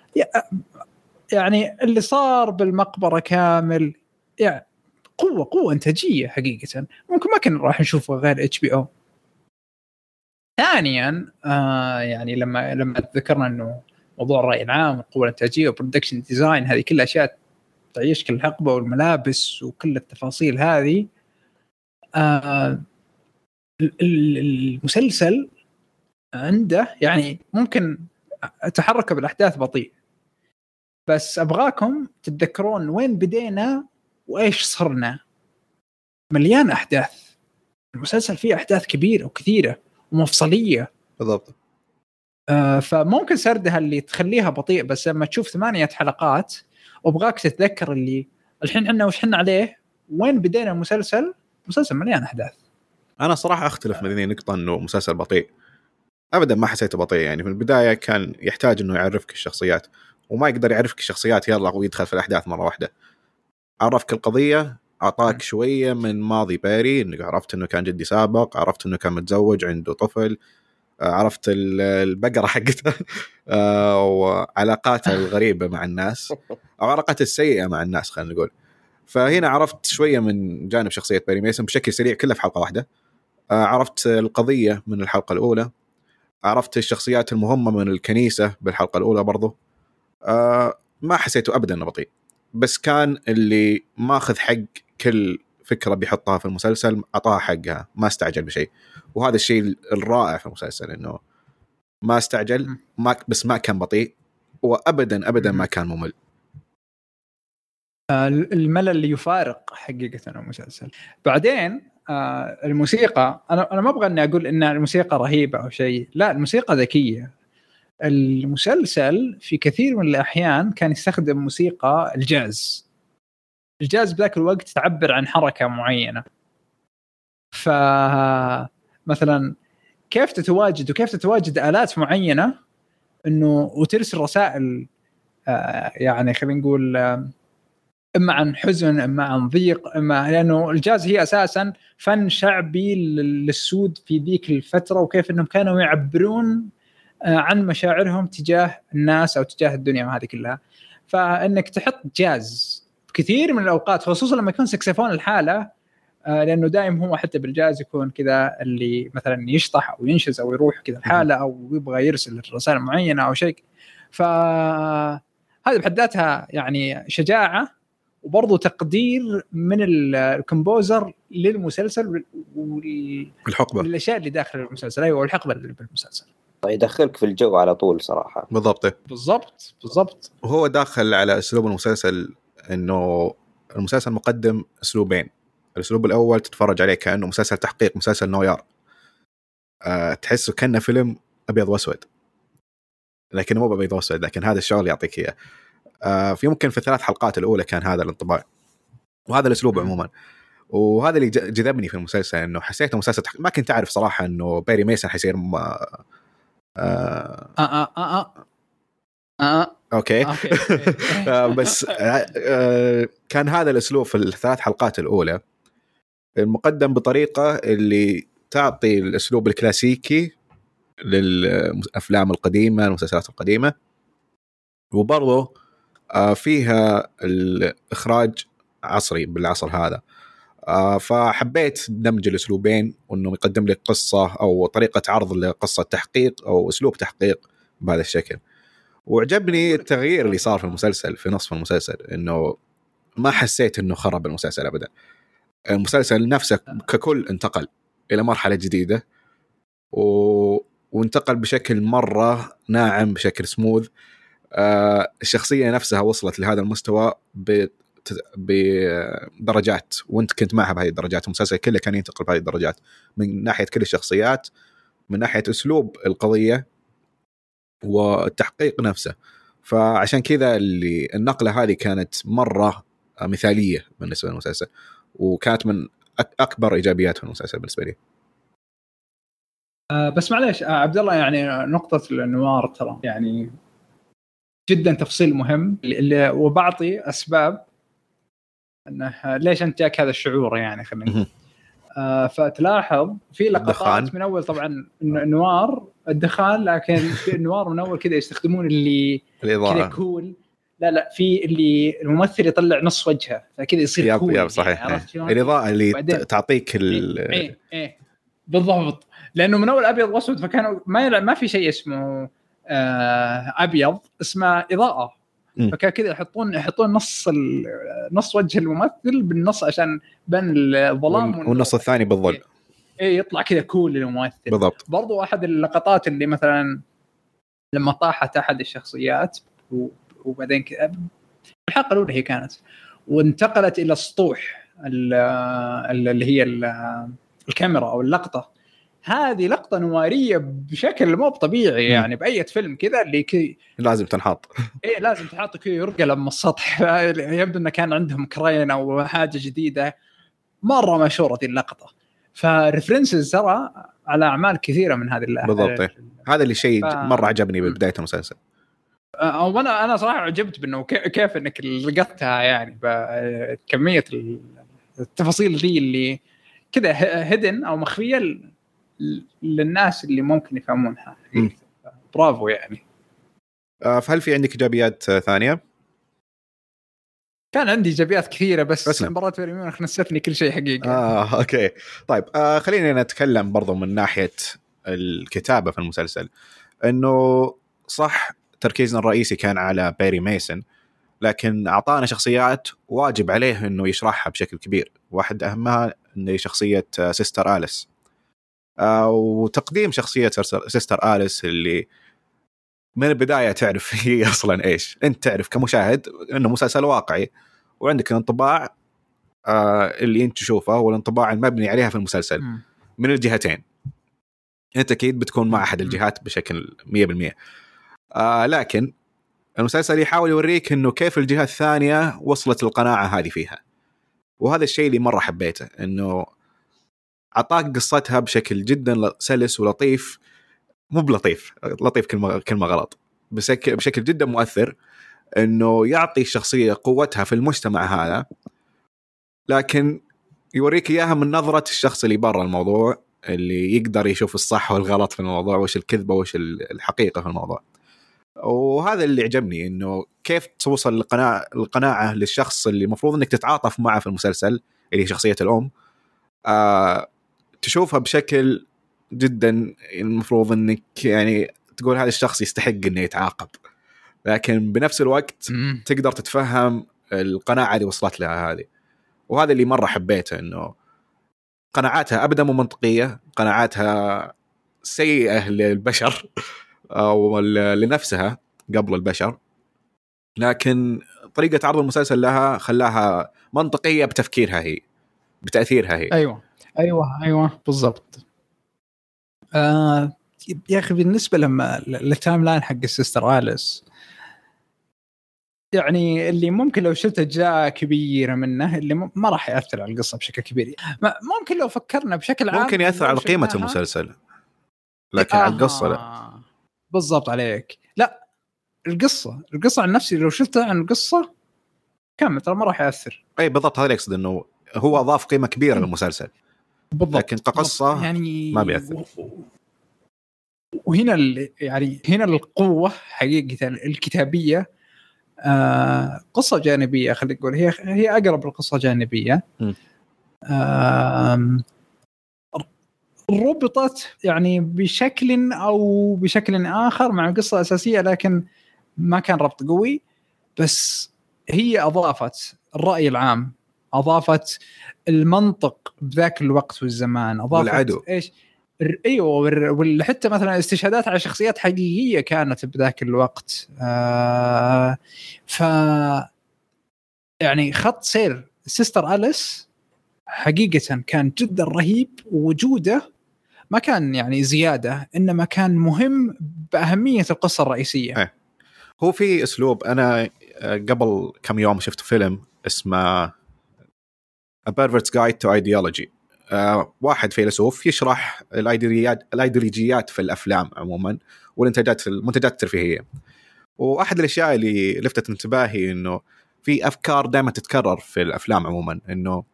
Speaker 2: يعني اللي صار بالمقبرة كامل، يعني قوة قوة إنتاجية حقيقة ممكن ما كنا راح نشوفها غير اتش بي او. ثانيا آه يعني لما لما ذكرنا انه موضوع الرأي العام والقوة الإنتاجية وبرودكشن ديزاين هذه كل أشياء تعيشك الحقبة والملابس وكل التفاصيل هذه. آه المسلسل عنده يعني ممكن تحرك بالأحداث بطيء، بس أبغاكم تتذكرون وين بدينا وإيش صرنا. مليان أحداث المسلسل، فيه أحداث كبيرة وكثيرة ومفصلية
Speaker 1: بالضبط.
Speaker 2: آه فممكن سردها اللي تخليها بطيء، بس لما تشوف ثمانية حلقات وابغاك تتذكر اللي الحين احنا وش حنا عليه، وين بدينا المسلسل. مسلسل مليان احداث.
Speaker 1: انا صراحه اختلف من ذي النقطه انه مسلسل بطيء، ابدا ما حسيته بطيء. يعني في البدايه كان يحتاج انه يعرفك الشخصيات، وما يقدر يعرفك الشخصيات يلا ويدخل في الاحداث مره واحده. عرفك القضيه، اعطاك شويه من ماضي باري، انك عرفت انه كان جدي سابق، عرفت انه كان متزوج عنده طفل، عرفت البقره حقته وعلاقاته الغريبه مع الناس او علاقاته السيئه مع الناس خلينا نقول. فهنا عرفت شويه من جانب شخصيه باري ميسون بشكل سريع كله في حلقه واحده. عرفت القضيه من الحلقه الاولى، عرفت الشخصيات المهمه من الكنيسه بالحلقه الاولى برضو. ما حسيته ابدا انه بطيء، بس كان اللي ماخذ حق كل فكره بيحطها في المسلسل اعطاها حقها، ما استعجل بشيء. وهذا الشيء الرائع في المسلسل، انه ما استعجل ما بس ما كان بطيء، وابدا ابدا ما كان ممل.
Speaker 2: الملل اللي يفارق حقيقه المسلسل. بعدين الموسيقى، انا انا ما ابغى اني اقول ان الموسيقى رهيبه او شيء، لا الموسيقى ذكيه. المسلسل في كثير من الأحيان كان يستخدم موسيقى الجاز. الجاز بذاك الوقت تعبر عن حركة معينة، فمثلا كيف تتواجد وكيف تتواجد آلات معينة إنه وترسل رسائل آه يعني خلينا نقول آه إما عن حزن إما عن ضيق، إما لأنه الجاز هي أساسا فن شعبي للسود في ذيك الفترة، وكيف إنهم كانوا يعبرون عن مشاعرهم تجاه الناس أو تجاه الدنيا وهذه كلها. فإنك تحط جاز كثير من الأوقات، خصوصا لما يكون سكسفون الحالة، لأنه دائم هو حتى بالجاز يكون كذا اللي مثلا يشطح أو ينشز أو يروح كذا الحالة أو يبغى يرسل رسالة معينة أو شيء. فهذا بحد ذاتها يعني شجاعة وبرضو تقدير من الكمبوزر للمسلسل
Speaker 1: والحقبة
Speaker 2: والأشياء اللي داخل المسلسل. أيوة والحقبة اللي بالمسلسل
Speaker 5: يدخلك في الجو على طول صراحة.
Speaker 1: بالضبط
Speaker 2: بالضبط بالضبط.
Speaker 1: وهو داخل على أسلوب المسلسل، إنه المسلسل مقدم أسلوبين. الأسلوب الأول تتفرج عليه كأنه مسلسل تحقيق، مسلسل نويار، أه تحسه كأنه فيلم أبيض وأسود، لكن مو أبيض وأسود، لكن هذا الشغل يعطيك إياه. أه في ممكن في الثلاث حلقات الأولى كان هذا الانطباع وهذا الأسلوب عموما. وهذا اللي جذبني في المسلسل، إنه حسيته مسلسل تحقيق. ما كنت أعرف صراحة إنه باري ميسون حيصير م... آه
Speaker 2: آه آه آه آه
Speaker 1: أوكي, أوكي. بس آه كان هذا الأسلوب في الثلاث حلقات الأولى المقدم بطريقة اللي تعطي الأسلوب الكلاسيكي للأفلام القديمة المسلسلات القديمة، وبرضه آه فيها الإخراج عصري بالعصر هذا. آه فحبيت دمج الأسلوبين، وإنه يقدم لك قصة أو طريقة عرض لقصة تحقيق أو أسلوب تحقيق بهذا الشكل. وعجبني التغيير اللي صار في المسلسل في نصف المسلسل، إنه ما حسيت إنه خرب المسلسل أبدا. المسلسل نفسه ككل انتقل إلى مرحلة جديدة و... وانتقل بشكل مرة ناعم، بشكل سموذ. آه الشخصية نفسها وصلت لهذا المستوى ب... بدرجات، وانت كنت معها بهذه الدرجات. المسلسل كله كان ينتقل بهذه الدرجات من ناحية كل الشخصيات، من ناحية أسلوب القضية والتحقيق نفسه. فعشان كذا اللي النقلة هذه كانت مرة مثالية بالنسبة للمسلسل، وكانت من أكبر إيجابيات في المسلسل بالنسبة لي.
Speaker 2: أه بس معليش عبد الله، يعني نقطة النوار ترى يعني جدا تفصيل مهم، اللي وبعطي أسباب أنه ليش أنت جاك هذا الشعور. يعني خلينا آه فتلاحظ في لقطات من أول طبعا النوار الدخان، لكن في النوار من أول كذا يستخدمون اللي كذا كول. لا لا في اللي الممثل يطلع نص وجهه فكذا يصير
Speaker 1: ياب
Speaker 2: كول.
Speaker 1: ياب صحيح.
Speaker 2: يعني
Speaker 1: الإضاءة اللي تعطيك ال
Speaker 2: إيه, إيه, إيه بالضبط، لأنه من أول أبيض وأسود، فكانوا ما ما في شيء اسمه آه أبيض، اسمه إضاءة. فكان كذا يحطون يحطون نص نص وجه الممثل بالنص عشان بين الظلام
Speaker 1: والنص الثاني بالظل.
Speaker 2: إيه يطلع كذا كول للممثل.
Speaker 1: بالضبط.
Speaker 2: برضو أحد اللقطات اللي مثلا لما طاحت أحد الشخصيات وبعدين الحلقة الأولى هي كانت وانتقلت إلى السطوح اللي هي الكاميرا أو اللقطة، هذه لقطه نواريه بشكل مو طبيعي يعني باي فيلم كذا اللي كي
Speaker 1: لازم تنحط
Speaker 2: ايه لازم تحط كذا يرقى لما السطح يبدو انه كان عندهم كرين او حاجه جديده مره مشهوره دي اللقطه. فريفرنسز ترى على اعمال كثيره من هذه اللقطه
Speaker 1: بالضبط. هذا اللي شيء ف... مره عجبني ببدايه المسلسل.
Speaker 2: او انا انا صراحه عجبت بانه كيف انك لقطتها يعني بكميه التفاصيل دي اللي كذا هيدن او مخفيه للناس اللي ممكن يفهمونها. برافو يعني.
Speaker 1: فهل في عندك ايجابيات ثانيه؟
Speaker 2: كان عندي ايجابيات كثيره بس مباراه بايرن ميونخ نسيتني كل شيء حقيقه.
Speaker 1: اه اوكي طيب آه خلينا نتكلم برضو من ناحيه الكتابه في المسلسل. انه صح تركيزنا الرئيسي كان على بيري ميسن لكن اعطانا شخصيات واجب عليه انه يشرحها بشكل كبير. واحد اهمها انه شخصيه سيستر آليس آه وتقديم شخصيه سيستر آليس اللي من البدايه تعرف هي اصلا ايش. انت تعرف كمشاهد انه مسلسل واقعي وعندك الانطباع آه اللي انت تشوفه والانطباع المبني عليها في المسلسل م. من الجهتين. انت اكيد بتكون مع احد الجهات بشكل مية بالمية آه لكن المسلسل يحاول يوريك انه كيف الجهة الثانية وصلت القناعة هذه فيها. وهذا الشيء اللي مرة حبيته انه عطاك قصتها بشكل جدا سلس ولطيف. مو بلطيف لطيف كلمة كلمة غلط بشكل جدا مؤثر انه يعطي الشخصية قوتها في المجتمع هذا لكن يوريك اياها من نظرة الشخص اللي برا الموضوع اللي يقدر يشوف الصح والغلط في الموضوع وش الكذبة وش الحقيقة في الموضوع. وهذا اللي عجبني انه كيف توصل القناعة القناعة للشخص اللي مفروض انك تتعاطف معه في المسلسل اللي هي شخصية الام آه تشوفها بشكل جدا المفروض انك يعني تقول هذا الشخص يستحق انه يتعاقب لكن بنفس الوقت م- تقدر تتفهم القناعة اللي وصلت لها هذه. وهذا اللي مرة حبيته انه قناعاتها ابدا مو منطقية قناعاتها سيئة للبشر او لنفسها قبل البشر لكن طريقة عرض المسلسل لها خلاها منطقية بتفكيرها هي بتأثيرها هي.
Speaker 2: ايوه ايوه ايوه بالضبط. آه يا اخي بالنسبه لما التايم لاين حق السيستر آليس يعني اللي ممكن لو شلت أجزاء كبيرة منه اللي ما راح يأثر على القصة بشكل كبير. ممكن لو فكرنا بشكل عام
Speaker 1: ممكن يأثر على قيمة المسلسل لكن آه على القصة لا.
Speaker 2: بالضبط عليك. لا القصة القصة عن نفسي لو شلتها عن القصة كم ترى ما راح يأثر.
Speaker 1: أي بالضبط هذا يقصد إنه هو أضاف قيمة كبيرة للمسلسل
Speaker 2: بالضبط.
Speaker 1: لكن كقصة يعني ما بيأثر.
Speaker 2: وهنا يعني هنا القوة حقيقة الكتابية آه قصة جانبية خلينا نقول هي هي أقرب للقصة جانبية آه ربطت يعني بشكل أو بشكل آخر مع القصة الأساسية لكن ما كان ربط قوي بس هي أضافت الرأي العام أضافت المنطق بذاك الوقت والزمان أضافت
Speaker 1: والعدو.
Speaker 2: إيش ايوه وحتى مثلا استشهادات على شخصيات حقيقيه كانت بذاك الوقت آه ف يعني خط سير سيستر آليس حقيقه كان جدا رهيب ووجوده ما كان يعني زياده انما كان مهم باهميه القصه الرئيسيه.
Speaker 1: أه. هو في اسلوب انا قبل كم يوم شفت فيلم اسمه A Pervert's Guide to Ideology آه، واحد فيلسوف يشرح الايديولوجيات الايديولوجيات في الافلام عموما والانتاجات المنتجات الترفيهيه. واحد الاشياء اللي لفتت انتباهي انه في افكار دائما تتكرر في الافلام عموما انه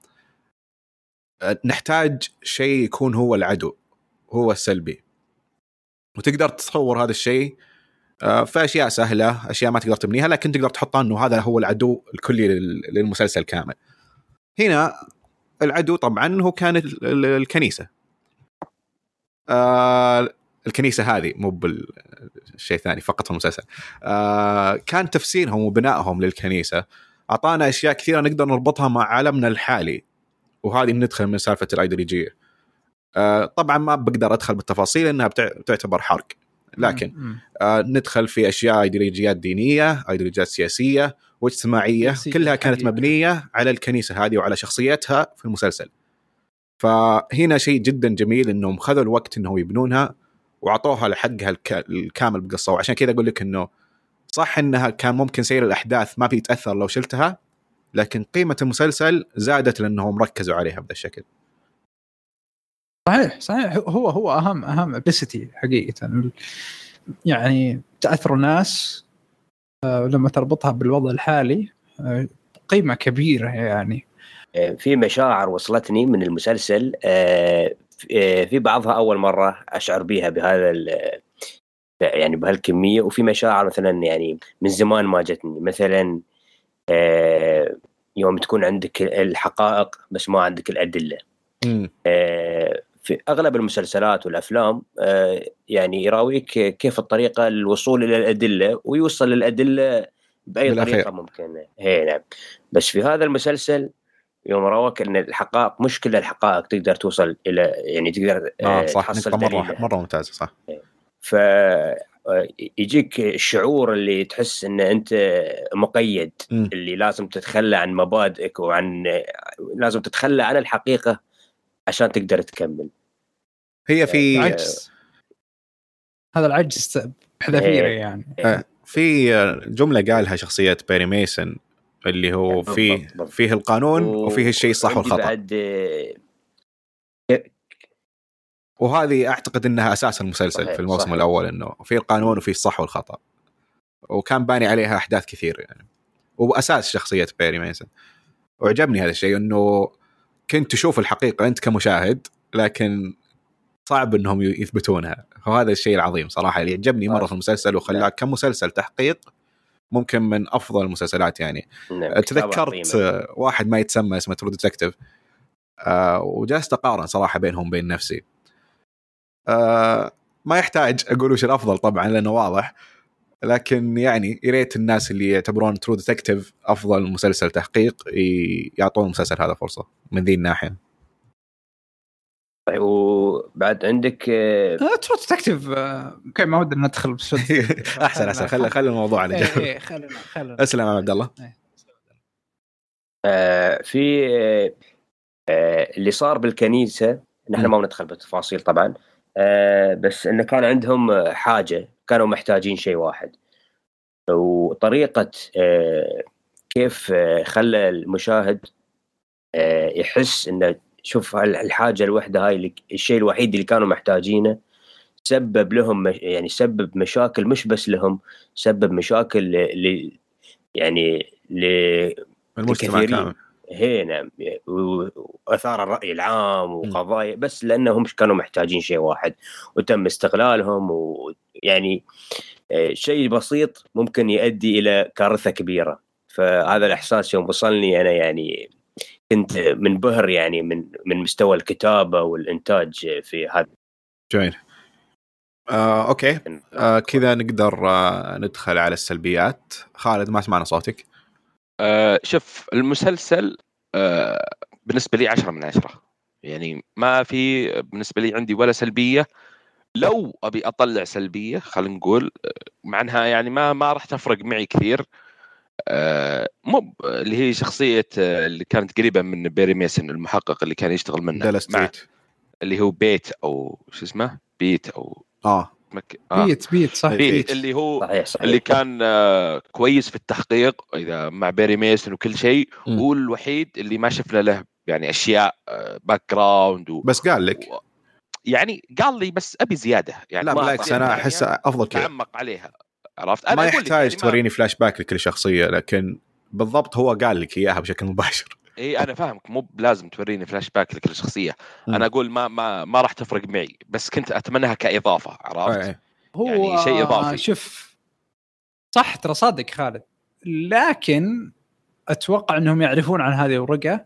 Speaker 1: نحتاج شيء يكون هو العدو هو السلبي وتقدر تصور هذا الشيء آه، في اشياء سهله اشياء ما تقدر تبنيها لكن تقدر تحطها انه هذا هو العدو الكلي للمسلسل كامل. هنا العدو طبعا هو كانت الكنيسة آه الكنيسة هذه مو بالشيء ثاني فقط في المسلسل آه كان تفسيرهم وبنائهم للكنيسة أعطانا أشياء كثيرة نقدر نربطها مع عالمنا الحالي وهذه ندخل من سالفة الأيديولوجية آه طبعا ما بقدر أدخل بالتفاصيل إنها بتعتبر حرق لكن آه ندخل في أشياء أيديولوجيات دينية أيديولوجيات سياسية واجتماعية كلها كانت مبنية على الكنيسة هذه وعلى شخصيتها في المسلسل. فهنا شيء جدا جميل انهم خذوا الوقت انهم يبنونها وعطوها لحقها الكامل بقصة. وعشان كذا اقول لك انه صح انها كان ممكن سير الاحداث ما بيتاثر لو شلتها، لكن قيمه المسلسل زادت لانهم ركزوا عليها بهذا الشكل.
Speaker 2: صحيح صحيح، هو هو اهم اهم ابيسيتي حقيقه، يعني تاثر الناس لما تربطها بالوضع الحالي قيمه كبيره. يعني
Speaker 4: في مشاعر وصلتني من المسلسل في بعضها اول مره اشعر بها بهذا يعني بهالكميه، وفي مشاعر مثلا يعني من زمان ما جتني، مثلا يوم تكون عندك الحقائق بس ما عندك الادله. في اغلب المسلسلات والافلام يعني يراويك كيف الطريقه للوصول الى الادله ويوصل للادله باي
Speaker 1: بالأخير.
Speaker 4: طريقه ممكنه. هي نعم. بس في هذا المسلسل يوم راوك ان الحقائق مش كل الحقائق تقدر توصل الى يعني تقدر
Speaker 1: آه صح،
Speaker 4: تحصل
Speaker 1: مرة مرة ممتازة صح.
Speaker 4: ف يجيك الشعور اللي تحس ان انت مقيد، م. اللي لازم تتخلى عن مبادئك وعن لازم تتخلى عن الحقيقة عشان تقدر تكمل.
Speaker 1: هي في
Speaker 2: يعني عجز، هذا العجز بحذافيره يعني.
Speaker 1: آه في جملة قالها شخصية بيري ميسن اللي هو يعني فيه بالضبط بالضبط. فيه القانون و... وفيه الشيء الصح والخطأ. بعد... وهذه أعتقد أنها أساس المسلسل صحيح. في الموسم صحيح. الأول أنه في القانون وفي الصح والخطأ، وكان باني عليها أحداث كثير يعني، وأساس شخصية بيري ميسن. وعجبني هذا الشيء أنه كنت تشوف الحقيقة أنت كمشاهد، لكن صعب أنهم يثبتونها. وهذا الشيء العظيم صراحة اللي عجبني مرة في المسلسل وخلاك كمسلسل تحقيق ممكن من أفضل المسلسلات يعني. نعم. تذكرت واحد ما يتسمى اسمه ترو ديتكتيف، آه وجلست أقارن صراحة بينهم بين نفسي. آه ما يحتاج أقول وش الأفضل طبعا لأنه واضح، لكن يعني يريت الناس اللي يعتبرون ترو ديتكتيف أفضل مسلسل تحقيق يعطون المسلسل هذا فرصة من ذي الناحية.
Speaker 4: طيب وبعد عندك
Speaker 2: ترو ديتكتيف اوكي ما ودنا ندخل بس
Speaker 1: احسن احسن خلي خلي الموضوع على جنب.
Speaker 2: ايه خلينا خلينا
Speaker 1: اسلم يا عبد الله.
Speaker 4: آه في آه اللي صار بالكنيسة نحن ما بندخل بالتفاصيل طبعا، آه بس انه كان عندهم حاجة، كانوا محتاجين شيء واحد، وطريقة آه كيف آه خلى المشاهد آه يحس انه شوف الحاجة الوحدة هاي الشيء الوحيد اللي كانوا محتاجينه سبب لهم يعني سبب مشاكل مش بس لهم، سبب مشاكل ل يعني
Speaker 1: للمجتمع كامل.
Speaker 4: هنا وأثار الرأي العام وقضايا، بس لأنهم كانوا محتاجين شيء واحد وتم استغلالهم، ويعني شيء بسيط ممكن يؤدي إلى كارثة كبيرة. فهذا الإحساس يوم وصلني أنا يعني كنت منبهر يعني من من مستوى الكتابة والإنتاج في هذا.
Speaker 1: جميل. آه، أوكي آه، كذا نقدر آه، ندخل على السلبيات. خالد ما سمعنا صوتك.
Speaker 3: آه، شوف المسلسل آه، بالنسبة لي عشرة من عشرة، يعني ما في بالنسبة لي عندي ولا سلبية. لو أبي أطلع سلبية خلينا نقول مع أنها يعني ما ما راح تفرق معي كثير، آه، مو اللي هي شخصية آه، اللي كانت قريبة من بيري ميسن المحقق اللي كان يشتغل منه مع اللي هو بيت أو شو اسمه بيت أو
Speaker 1: آه.
Speaker 2: مك... آه. بيت بيت صح
Speaker 3: بيت, بيت اللي هو صحيح صحيح. اللي كان آه كويس في التحقيق إذا مع بيري ميسن وكل شيء، هو الوحيد اللي ما شفنا له يعني أشياء آه باك جراوند و...
Speaker 1: بس قال لك
Speaker 3: و... يعني قال لي بس أبي زيادة يعني.
Speaker 1: لا بالعكس أنا أحس أفضل كذا
Speaker 3: تعمق عليها، عرفت؟ أنا
Speaker 1: ما يحتاج
Speaker 3: يعني
Speaker 1: توريني
Speaker 3: ما...
Speaker 1: فلاش باك لكل شخصية، لكن بالضبط هو قال لك إياها بشكل مباشر.
Speaker 3: إيه أنا فاهمك، مو لازم توريني فلاش باك لكل شخصية. م. أنا أقول ما ما ما راح تفرق معي، بس كنت أتمناها كإضافة، عرفت؟
Speaker 1: أي.
Speaker 2: هو
Speaker 3: يعني شيء إضافي.
Speaker 2: شوف صح ترى صادق خالد، لكن أتوقع أنهم يعرفون عن هذه الورقة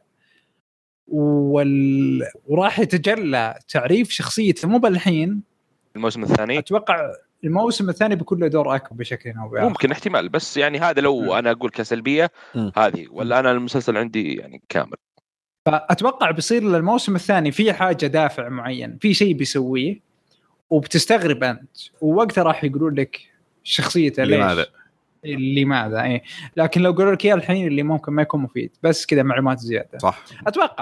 Speaker 2: وال... وراح يتجلى تعريف شخصيته مو بالحين
Speaker 3: الموسم الثاني.
Speaker 2: أتوقع الموسم الثاني بيكون له دور أكبر بشكل أو بآخر.
Speaker 3: ممكن احتمال، بس يعني هذا لو م. أنا أقول كسلبية م. هذه، ولا أنا المسلسل عندي يعني كامل.
Speaker 2: فأتوقع بيصير للموسم الثاني في حاجة دافع معين، في شيء بيسويه وبتستغرب أنت، ووقتها راح يقولون لك شخصيته ليش لماذا لماذا إيه. لكن لو قالوا لك يا الحين اللي ممكن ما يكون مفيد، بس كذا معلومات زيادة
Speaker 1: صح.
Speaker 2: أتوقع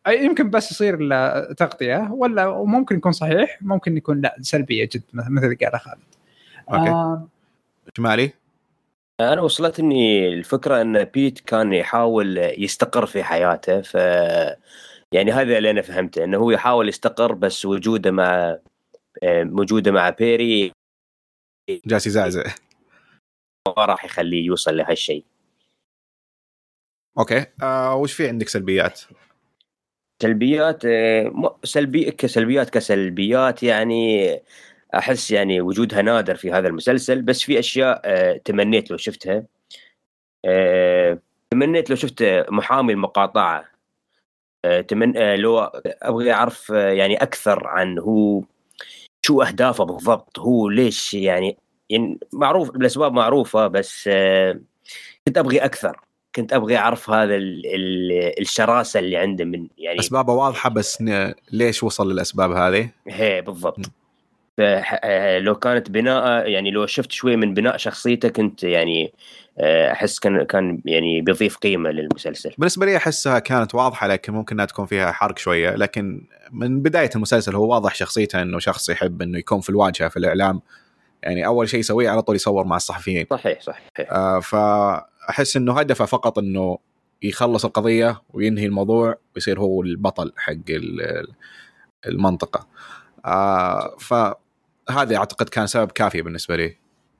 Speaker 2: أي يمكن بس يصير تغطية، ولا ممكن يكون صحيح، ممكن يكون لا سلبية جدا مثل قال خالد.
Speaker 1: أوكي. آه... جمالي
Speaker 4: أنا وصلتني الفكرة أن بيت كان يحاول يستقر في حياته، ف يعني هذا اللي أنا فهمته، أنه هو يحاول يستقر بس وجوده مع موجوده مع بيري
Speaker 1: جالس يزعزع،
Speaker 4: ما راح يخليه يوصل لهالشيء.
Speaker 1: اوكي. آه وش في عندك سلبيات؟
Speaker 4: سلبيات سلبي كسلبيات كسلبيات يعني احس يعني وجودها نادر في هذا المسلسل، بس في اشياء تمنيت لو شفتها. تمنيت لو شفت محامي المقاطعه، تمن لو ابغى اعرف يعني اكثر عن هو شو اهدافه بالضبط، هو ليش يعني, يعني معروف الاسباب معروفه، بس كنت ابغي اكثر، كنت ابغي اعرف هذا ال ال الشراسه اللي عنده من يعني
Speaker 1: اسبابه واضحه، بس ليش وصل للاسباب هذه؟
Speaker 4: هي بالضبط. لو كانت بناء يعني لو شفت شوي من بناء شخصيته كنت يعني احس كان كان يعني بيضيف قيمه للمسلسل.
Speaker 1: بالنسبه لي احسها كانت واضحه، لكن ممكن انها تكون فيها حرق شويه، لكن من بدايه المسلسل هو واضح شخصيته انه شخص يحب انه يكون في الواجهه في الاعلام، يعني اول شيء يسويه على طول يصور مع الصحفيين.
Speaker 4: صحيح صحيح.
Speaker 1: آه فاحس انه هدفه فقط انه يخلص القضيه وينهي الموضوع ويصير هو البطل حق المنطقه. آه فهذا اعتقد كان سبب كافي بالنسبه لي.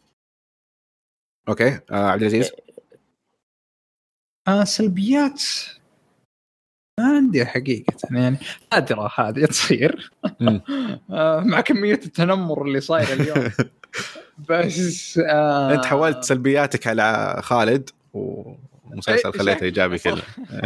Speaker 1: اوكي. آه عبد العزيز.
Speaker 2: آه سلبيات ما عندي حقيقة، يعني نادرة هذه تصير آه مع كمية التنمر اللي صاير اليوم. بس آه
Speaker 1: انت حولت سلبياتك على خالد ومسلسل خليته ايجابي كله.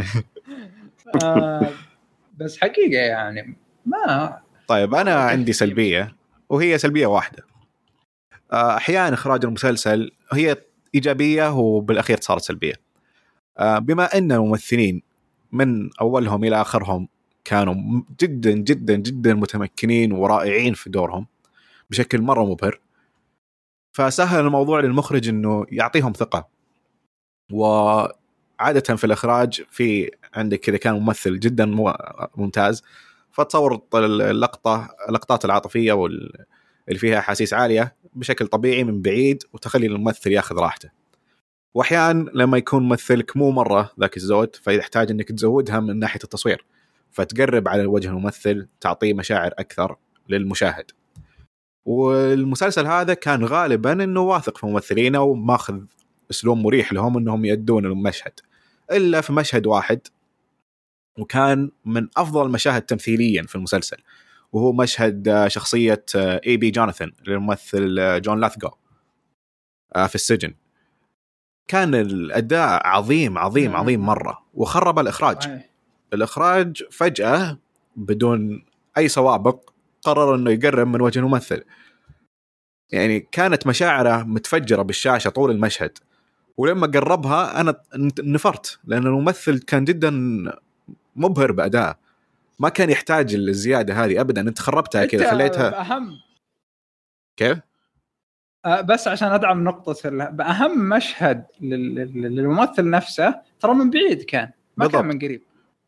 Speaker 2: آه بس حقيقة يعني ما.
Speaker 1: طيب انا عندي سلبية، وهي سلبية واحدة. آه احيانا اخراج المسلسل هي ايجابية وبالاخير صارت سلبية. آه بما ان الممثلين من اولهم الى اخرهم كانوا جدا جدا جدا متمكنين ورائعين في دورهم بشكل مرة مبهر، فسهل الموضوع للمخرج انه يعطيهم ثقة. وعادة في الاخراج في عندك كذا كان ممثل جدا ممتاز، فتصور اللقطة اللقطات العاطفية واللي فيها احاسيس عالية بشكل طبيعي من بعيد، وتخلي الممثل ياخذ راحته. واحيانا لما يكون ممثلك مو مرة ذاك الزود، فيحتاج انك تزودها من ناحية التصوير، فتقرب على وجه الممثل، تعطيه مشاعر اكثر للمشاهد. والمسلسل هذا كان غالبا انه واثق في ممثلينه وماخذ اسلوب مريح لهم انهم يؤدون المشهد، الا في مشهد واحد وكان من افضل المشاهد تمثيليا في المسلسل، وهو مشهد شخصيه اي بي جوناثان للممثل جون لاثغو في السجن. كان الاداء عظيم عظيم عظيم مره، وخرب الاخراج. الاخراج فجاه بدون اي سوابق قرر انه يقرب من وجه الممثل، يعني كانت مشاعره متفجره بالشاشه طول المشهد، ولما قربها انا نفرت لان الممثل كان جدا مبهر بأداء، ما كان يحتاج الزياده هذه ابدا. انت خربتها كذا، خليتها
Speaker 2: اهم.
Speaker 1: كيف؟
Speaker 2: أه بس عشان ادعم نقطه باهم مشهد للممثل نفسه ترى من بعيد كان، ما بالضبط. كان من قريب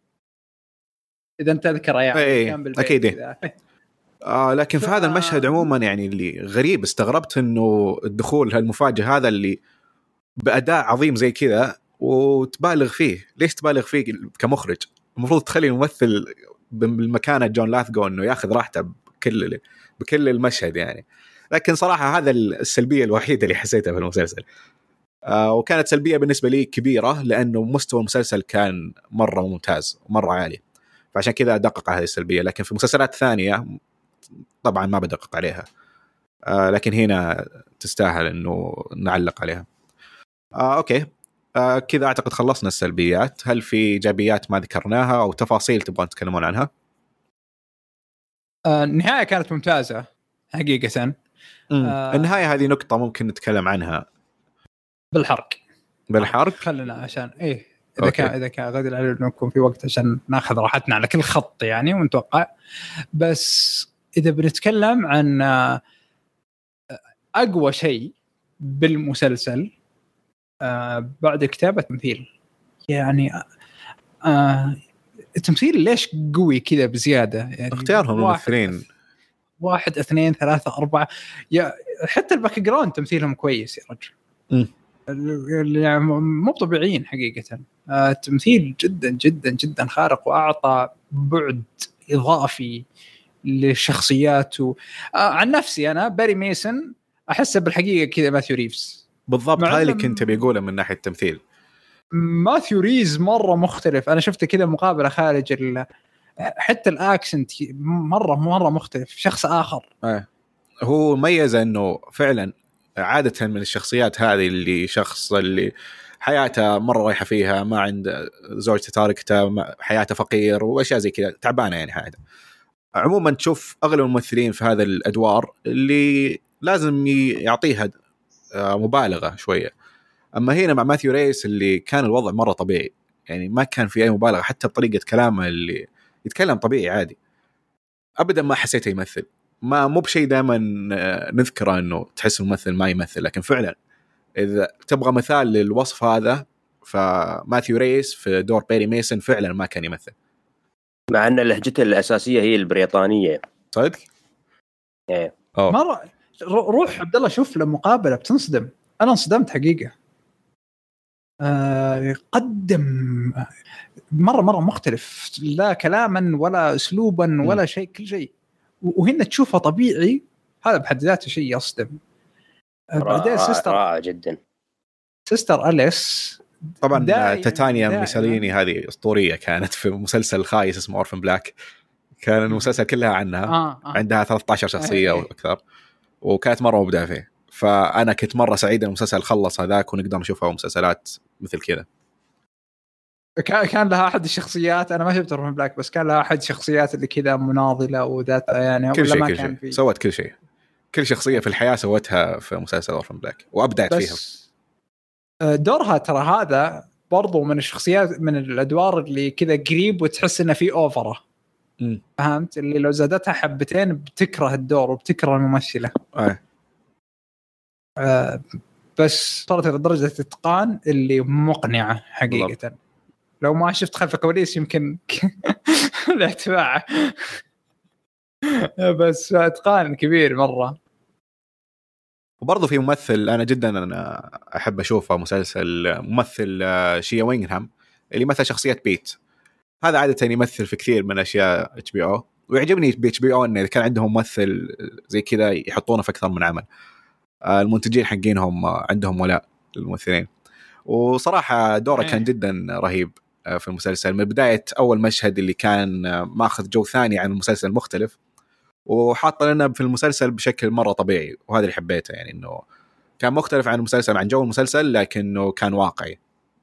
Speaker 2: اذا انت تذكر يعني
Speaker 1: ايه
Speaker 2: كان بالبيت
Speaker 1: اكيد إيه. آه لكن ف... في هذا المشهد عموما يعني اللي غريب، استغربت انه الدخول هالمفاجاه هذا اللي بأداء عظيم زي كذا وتبالغ فيه. ليش تبالغ فيه كمخرج؟ المفروض تخلي الممثل بالمكانة جون لاثغو انه ياخذ راحته بكل بكل المشهد يعني. لكن صراحة هذا السلبية الوحيدة اللي حسيتها في المسلسل، آه وكانت سلبية بالنسبة لي كبيرة لأنه مستوى المسلسل كان مرة ممتاز ومرة عالي، فعشان كذا أدقق على هذه السلبية. لكن في مسلسلات ثانية طبعا ما بدقق عليها، آه لكن هنا تستاهل انه نعلق عليها. آه أوكي. آه كذا أعتقد خلصنا السلبيات. هل في إيجابيات ما ذكرناها أو تفاصيل تبغون تتكلمون عنها؟
Speaker 2: آه النهاية كانت ممتازة حقيقة.
Speaker 1: آه النهاية هذه نقطة ممكن نتكلم عنها
Speaker 2: بالحرق.
Speaker 1: بالحرق
Speaker 2: خلنا عشان إيه إذا أوكي. كان إذا كان غادر على نكون في وقت عشان ناخذ راحتنا على كل خط يعني ونتوقع. بس إذا بنتكلم عن أقوى شيء بالمسلسل آه بعد كتابة تمثيل، يعني آه التمثيل ليش قوي كذا بزياده يعني
Speaker 1: اختيارهم الممثلين
Speaker 2: واحد اثنين ثلاثة أربعة يا حتى الباك جراوند تمثيلهم كويس يا رجل يعني مو طبيعيين حقيقة. آه تمثيل جدا جدا جدا خارق وأعطى بعد إضافي للشخصيات و... آه عن نفسي أنا باري ميسن أحسه بالحقيقة كذا ماثيو ريفز
Speaker 1: بالضبط. هاي اللي كنت بيقوله من ناحية التمثيل.
Speaker 2: ماثيو ريفز مرة مختلف. أنا شفت كذا مقابلة خارج ال... حتى الأكسنت مرة مرة مختلف شخص آخر.
Speaker 1: آه. هو ميز أنه فعلا عادة من الشخصيات هذه اللي شخص اللي حياته مرة رايحة فيها ما عنده زوجته تاركته حياته فقير وأشياء زي كذا تعبانة يعني حياته. عموما تشوف أغلب الممثلين في هذا الأدوار اللي لازم يعطيها مبالغة شوية. أما هنا مع ماثيو ريس اللي كان الوضع مرة طبيعي يعني ما كان في أي مبالغة حتى بطريقة كلامه اللي يتكلم طبيعي عادي أبدا ما حسيته يمثل. ما مو بشيء دائما نذكره انه تحس الممثل ما يمثل لكن فعلا اذا تبغى مثال للوصف هذا فماثيو ريس في دور بيري ميسن فعلا ما كان يمثل
Speaker 4: مع ان لهجته الاساسيه هي البريطانيه.
Speaker 1: صدق
Speaker 4: ايه
Speaker 2: مره روح عبد الله شوف له مقابله بتنصدم. انا انصدمت حقيقه. آه قدم مره مره مختلف لا كلاما ولا اسلوبا ولا شيء كل شيء وهنا تشوفه طبيعي. هذا بحد ذاته شيء يصدم.
Speaker 4: بعدين سيستر رائع جدا
Speaker 2: سيستر أليس
Speaker 1: طبعا تيتانيا ميساليني هذه أسطورية كانت في مسلسل خايس اسمه أورفن بلاك. كان المسلسل كلها عنها آه آه. عندها ثلاثة عشر شخصية أو أكثر وكانت مرة مبدعة فيه. فأنا كنت مرة سعيد المسلسل خلص هذاك ونقدر نشوفها مسلسلات مثل كذا.
Speaker 2: كان لها أحد الشخصيات أنا ما شفت أورفن بلاك بس كان لها أحد الشخصيات اللي كذا مناضلة وذات يعني
Speaker 1: كل شيء
Speaker 2: ما
Speaker 1: كل
Speaker 2: كان
Speaker 1: شيء سوت كل شيء كل شخصية في الحياة سوتها في مسلسل أورفن بلاك وأبدعت فيها.
Speaker 2: دورها ترى هذا برضو من الشخصيات من الأدوار اللي كذا قريب وتحس إنه في أوفرة. م. فهمت اللي لو زادتها حبتين بتكره الدور وبتكره الممثلة.
Speaker 1: آه.
Speaker 2: آه بس صارت لدرجة الإتقان اللي مقنعة حقيقة. بالضبط. لو ما شفت خلف الكواليس يمكن الاعتباع بس إتقان كبير مرة.
Speaker 1: وبرضه في ممثل أنا جدا أنا أحب أشوفه مسلسل ممثل شيا وينغهام اللي مثل شخصية بيت. هذا عادة يمثل في كثير من أشياء إتش بي أو ويعجبني بإتش بي أو إنه إذا كان عندهم ممثل زي كذا يحطونه في أكثر من عمل. المنتجين حقينهم عندهم ولاء للممثلين وصراحة دوره كان جدا رهيب في المسلسل من بداية أول مشهد اللي كان ماخذ جو ثاني عن المسلسل المختلف وحاط لنا في المسلسل بشكل مرة طبيعي وهذا اللي حبيته يعني إنه كان مختلف عن المسلسل عن جو المسلسل لكنه كان واقعي.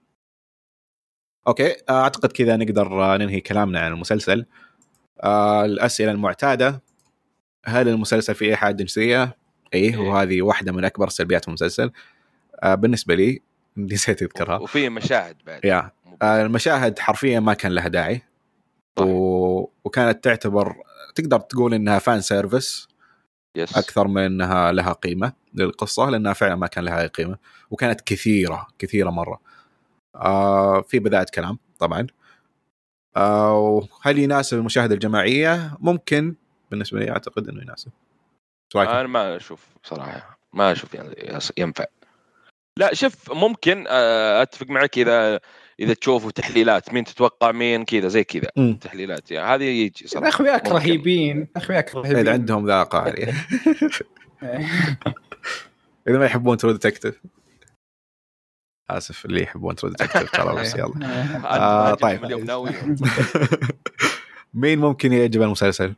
Speaker 1: أوكي أعتقد كذا نقدر ننهي كلامنا عن المسلسل. آه الأسئلة المعتادة هل المسلسل فيه إيحاء جنسية؟ إيه وهذه واحدة من أكبر سلبيات المسلسل آه بالنسبة لي نسيت أذكرها.
Speaker 3: وفي مشاهد بعد
Speaker 1: يا آه المشاهد حرفيا ما كان لها داعي و... وكانت تعتبر تقدر تقول إنها فان سيرفيس
Speaker 3: يس.
Speaker 1: أكثر من إنها لها قيمة للقصة لأنها فعلا ما كان لها أي قيمة وكانت كثيرة كثيرة مرة. آه في بداية كلام طبعا. آه هل يناسب المشاهدة الجماعية؟ ممكن بالنسبة لي أعتقد إنه يناسب.
Speaker 3: أنا ما أشوف صراحة ما أشوف يعني ينفع. لا شوف ممكن أتفق معك إذا إذا تشوفوا تحليلات مين تتوقع مين كذا زي كذا تحليلات يعني هذه يجي صراحة.
Speaker 2: أخوياك رهيبين أخوياك رهيبين
Speaker 1: إذا عندهم ذاقة عالية إذا ما يحبون ترو ديتكتيف آسف اللي يحبون ترو ديتكتيف ترى بس يلا. آه طيب مين ممكن يعجب المسلسل؟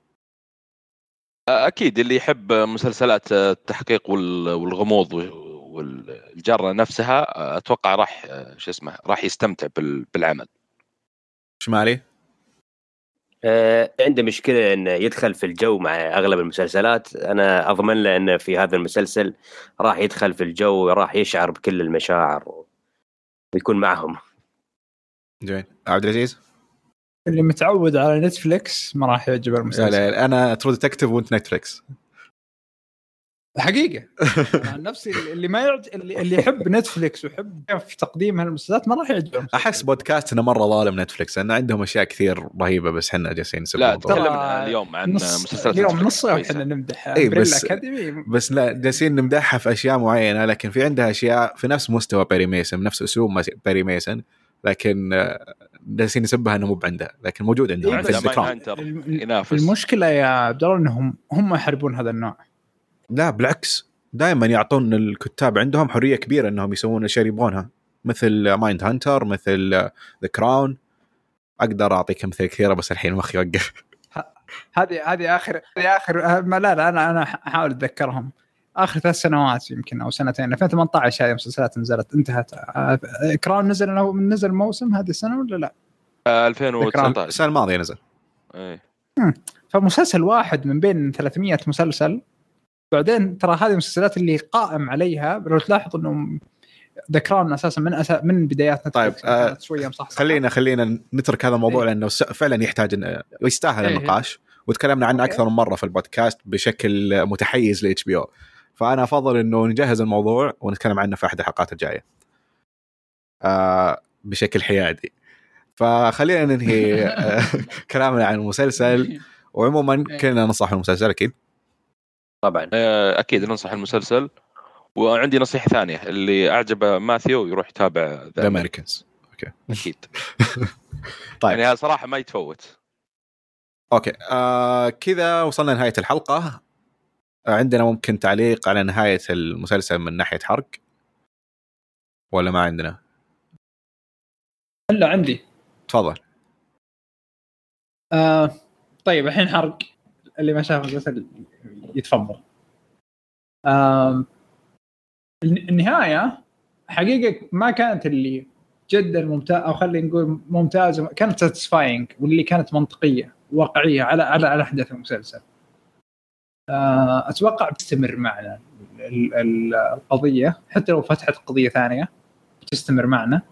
Speaker 3: أكيد اللي يحب مسلسلات التحقيق والغموض والجرة نفسها أتوقع راح شو اسمه راح يستمتع بالعمل.
Speaker 1: شمالي
Speaker 4: آه، عنده مشكلة إنه يدخل في الجو مع أغلب المسلسلات. أنا أضمن له إنه في هذا المسلسل راح يدخل في الجو وراح يشعر بكل المشاعر ويكون معهم.
Speaker 1: جميل. عبد العزيز
Speaker 2: اللي متعود على نتفليكس ما راح يعجب المسلسل.
Speaker 1: لا لا أنا ترو ديتكتيف وأنت نتفليكس.
Speaker 2: حقيقه نفسي اللي ما يعج... اللي, اللي يحب نتفليكس ويحب كيف تقديم هالمسلسلات ما راح يعجبه.
Speaker 1: احس بودكاستنا مره ظالم نتفليكس لان عندهم اشياء كثير رهيبه بس احنا جالسين نسب.
Speaker 3: لا تكلمنا اليوم عن مسلسلات
Speaker 2: اليوم نص احنا نمدح
Speaker 1: بس بس لا جالسين نمدحها في اشياء معينه لكن في عندها اشياء في نفس مستوى بيري ميسن نفس اسلوب بيري ميسن لكن جالسين نسبها انه مو عندها لكن موجود عندهم.
Speaker 2: المشكله يا عبد الله انهم هم يحاربون هذا النوع.
Speaker 1: لا بالعكس دائما يعطون الكتاب عندهم حريه كبيره انهم يسوون الاشياء يبغونها مثل مايند هانتر مثل ذا كراون. اقدر اعطيك مثال كثيره بس الحين مخي يوقف.
Speaker 2: هذه هذه اخر هذه اخر ما لا لا انا انا احاول اتذكرهم اخر ثلاث سنوات يمكن او سنتين. ألفين وثمانية عشر هذه مسلسلات نزلت انتهت. كراون نزل له من نزل موسم هذه السنه ولا لا؟
Speaker 3: ألفين وتسعة عشر
Speaker 1: السنه الماضيه نزل.
Speaker 3: ايه
Speaker 2: فمسلسل واحد من بين ثلاثمية مسلسل. بعدين ترى هذه المسلسلات اللي قائم عليها لو تلاحظ انه ذكرنا اساسا من أسا من بدايات
Speaker 1: طيب آه
Speaker 2: شويه مصح
Speaker 1: خلينا خلينا نترك هذا الموضوع إيه؟ لانه فعلا يحتاج إن ويستاهل إيه؟ النقاش وتكلمنا عنه أوكي. اكثر من مره في البودكاست بشكل متحيز لإتش بي أو. فانا افضل انه نجهز الموضوع ونتكلم عنه في احد الحلقات الجايه آه بشكل حيادي. فخلينا ننهي آه كلامنا عن المسلسل. وعموما كلنا ننصح المسلسل اكيد
Speaker 3: طبعا اكيد ننصح المسلسل. وعندي نصيحه ثانيه اللي اعجبه ماثيو يروح يتابع
Speaker 1: ذا امريكانز. اوكي
Speaker 3: اكيد.
Speaker 1: طيب
Speaker 3: يعني صراحه ما يتفوت.
Speaker 1: اوكي آه كذا وصلنا لنهايه الحلقه. آه عندنا ممكن تعليق على نهايه المسلسل من ناحيه حرق ولا ما عندنا؟
Speaker 2: لا عندي.
Speaker 1: تفضل.
Speaker 2: آه طيب الحين حرق اللي ما شاف المسلسل يتفضل. آه النهاية حقيقة ما كانت اللي جدا ممتاز أو خلينا نقول ممتازة. كانت satisfying واللي كانت منطقية واقعية على على على أحداث المسلسل. آه أتوقع بتستمر معنا القضية حتى لو فتحت قضية ثانية بتستمر معنا.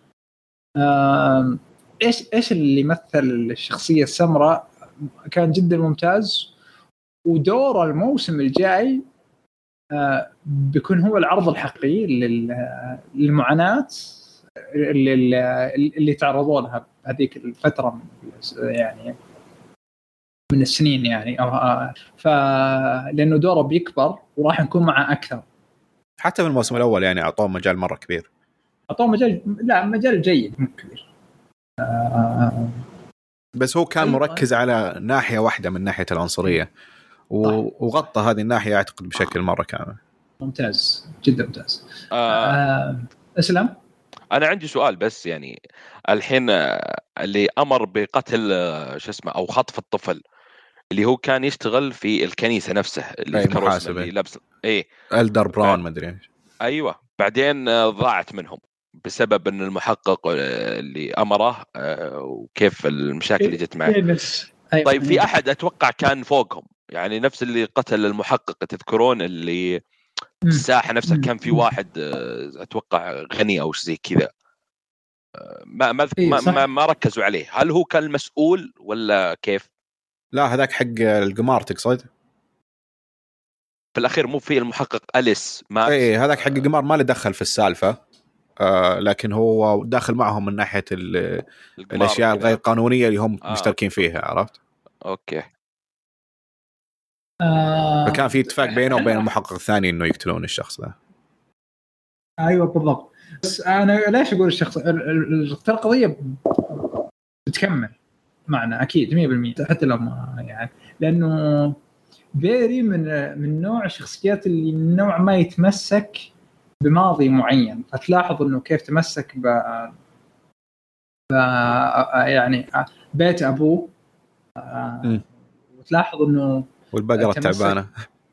Speaker 2: آه إيش إيش اللي مثل الشخصية السمراء كان جدا ممتاز. ودور الموسم الجاي آه بيكون هو العرض الحقيقي للمعاناة اللي, اللي تعرضوا لها هذيك الفترة يعني من السنين يعني. أو فلأنه دوره بيكبر وراح نكون معه أكثر.
Speaker 1: حتى في الموسم الأول يعني أعطوه مجال مرة كبير.
Speaker 2: أعطوه مجال لا مجال جيد مو كبير. آه
Speaker 1: بس هو كان مركز على ناحية واحدة من ناحية العنصرية وغطى هذه الناحية أعتقد بشكل مرة كامل.
Speaker 2: ممتاز جدا ممتاز.
Speaker 3: آه.
Speaker 2: آه. أسلم.
Speaker 3: أنا عندي سؤال بس يعني الحين اللي أمر بقتل شو اسمه أو خطف الطفل اللي هو كان يشتغل في الكنيسة نفسه اللي ذكروا اسمه اللي لابس إيه
Speaker 1: ألدر براون ما أدري.
Speaker 3: أيوة بعدين ضاعت منهم بسبب أن المحقق اللي أمره وكيف المشاكل اللي جت معه. طيب في أحد أتوقع كان فوقهم يعني نفس اللي قتل المحقق تذكرون اللي الساحة نفسها كان في واحد أتوقع غني أو زي كذا ما ما, ما ما ركزوا عليه. هل هو كان المسؤول ولا كيف؟
Speaker 1: لا هذاك حق القمار تقصد.
Speaker 3: في الأخير مو في المحقق أليس ما
Speaker 1: إيه هذاك حق القمار ما له دخل في السالفة. آه لكن هو داخل معهم من ناحية الأشياء الغير قانونية اللي هم آه. مشتركين فيها. عرفت؟
Speaker 3: أوكي.
Speaker 2: آه
Speaker 1: فكان في اتفاق بينه وبين المحقق الثاني إنه يقتلون الشخص ذا.
Speaker 2: أيوة بالضبط. بس أنا ليش أقول الشخص القضية بتكمل معنا أكيد مية بالمية حتى لو ما يعني لأنه بيري من من نوع الشخصيات اللي نوع ما يتمسك بماضي معين. فتلاحظ إنه كيف تمسك ب يعني بيت أبوه وتلاحظ إنه
Speaker 1: والبقرة التعبانة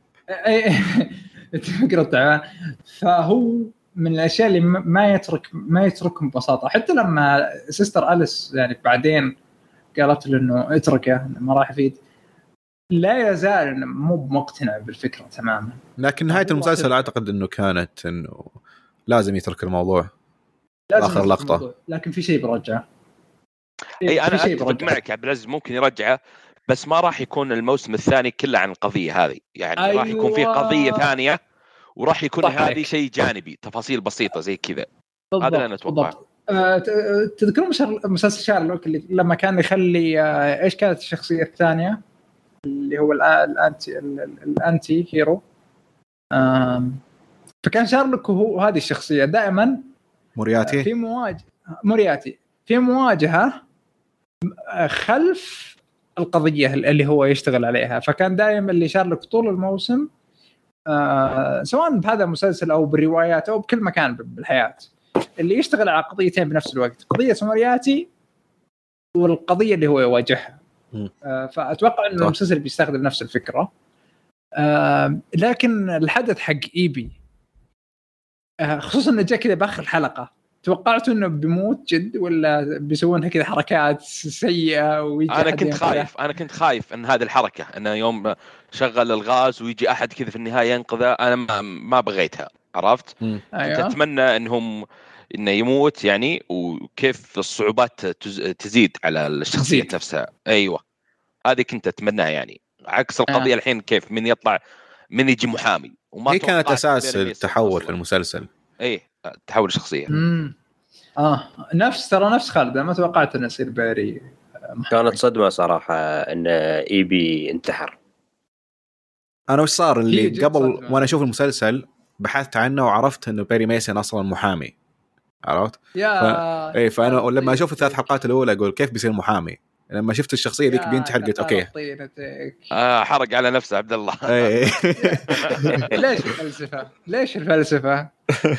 Speaker 2: البقرة التعبانة. فهو من الأشياء اللي ما يترك ما يتركهم ببساطة. حتى لما سيستر أليس يعني بعدين قالت له إنه اتركه ما راح يفيد لا يزال إنه مو مقتنع بالفكرة تماما.
Speaker 1: لكن نهاية المسلسل أعتقد إنه كانت إنه لازم يترك الموضوع آخر لقطة.
Speaker 2: لكن في شيء برجعه.
Speaker 3: اي انا اتفق معك عبد العزيز ممكن يرجعه بس ما راح يكون الموسم الثاني كله عن القضيه هذه يعني. أيوة. راح يكون في قضيه ثانيه وراح يكون هذه شيء جانبي تفاصيل بسيطه زي كذا. هذا اللي انا اتوقعه.
Speaker 2: أه تذكرون مسلسل شارلوك اللي لما كان يخلي أه ايش كانت الشخصيه الثانيه اللي هو الانتي الانتي هيرو أه فكان شارلوك هو هذه الشخصيه دائما
Speaker 1: مورياتي
Speaker 2: في مواجهه مورياتي في مواجهه خلف القضيه اللي هو يشتغل عليها. فكان دائما اللي شارلوك طول الموسم آه سواء بهذا المسلسل او بالروايات او بكل مكان بالحياه اللي يشتغل على قضيتين بنفس الوقت، قضيه مورياتي والقضيه اللي هو يواجهها. آه فاتوقع ان المسلسل بيستخدم نفس الفكره. آه لكن الحدث حق ايبي آه خصوصا انه جاء كذا باخر الحلقه، توقعت انه بيموت جد ولا بيسوونها كذا حركات سيئه ويجي
Speaker 3: انا كنت خايف انا كنت خايف ان هذه الحركه انه يوم شغل الغاز ويجي احد كذا في النهايه ينقذه، انا ما, ما بغيتها عرفت.
Speaker 2: أيوة.
Speaker 3: كنت اتمنى انهم انه يموت يعني، وكيف الصعوبات تزيد على الشخصيه تزيد. نفسها. ايوه هذه كنت اتمناها يعني، عكس القضيه. آه. الحين كيف من يطلع من يجي محامي وما
Speaker 1: هي كانت اساس التحول في المسلسل.
Speaker 3: ايه تحول الشخصيه.
Speaker 2: امم اه نفس ترى نفس خالد، ما توقعت انه يصير باري.
Speaker 4: كانت صدمه صراحه ان ايبي انتحر.
Speaker 1: انا وش صار اللي قبل صدمة. وانا اشوف المسلسل بحثت عنه وعرفت انه باري ميسن اصلا محامي، عرفت
Speaker 2: يا
Speaker 1: ف... ايه فانا لما اشوف الثلاث حلقات الاولى اقول كيف بيصير محامي، لما شفت الشخصيه ذيك بينتحر قلت اوكي
Speaker 3: اه حرق على نفسه عبد الله.
Speaker 2: ليش الفلسفه ليش الفلسفه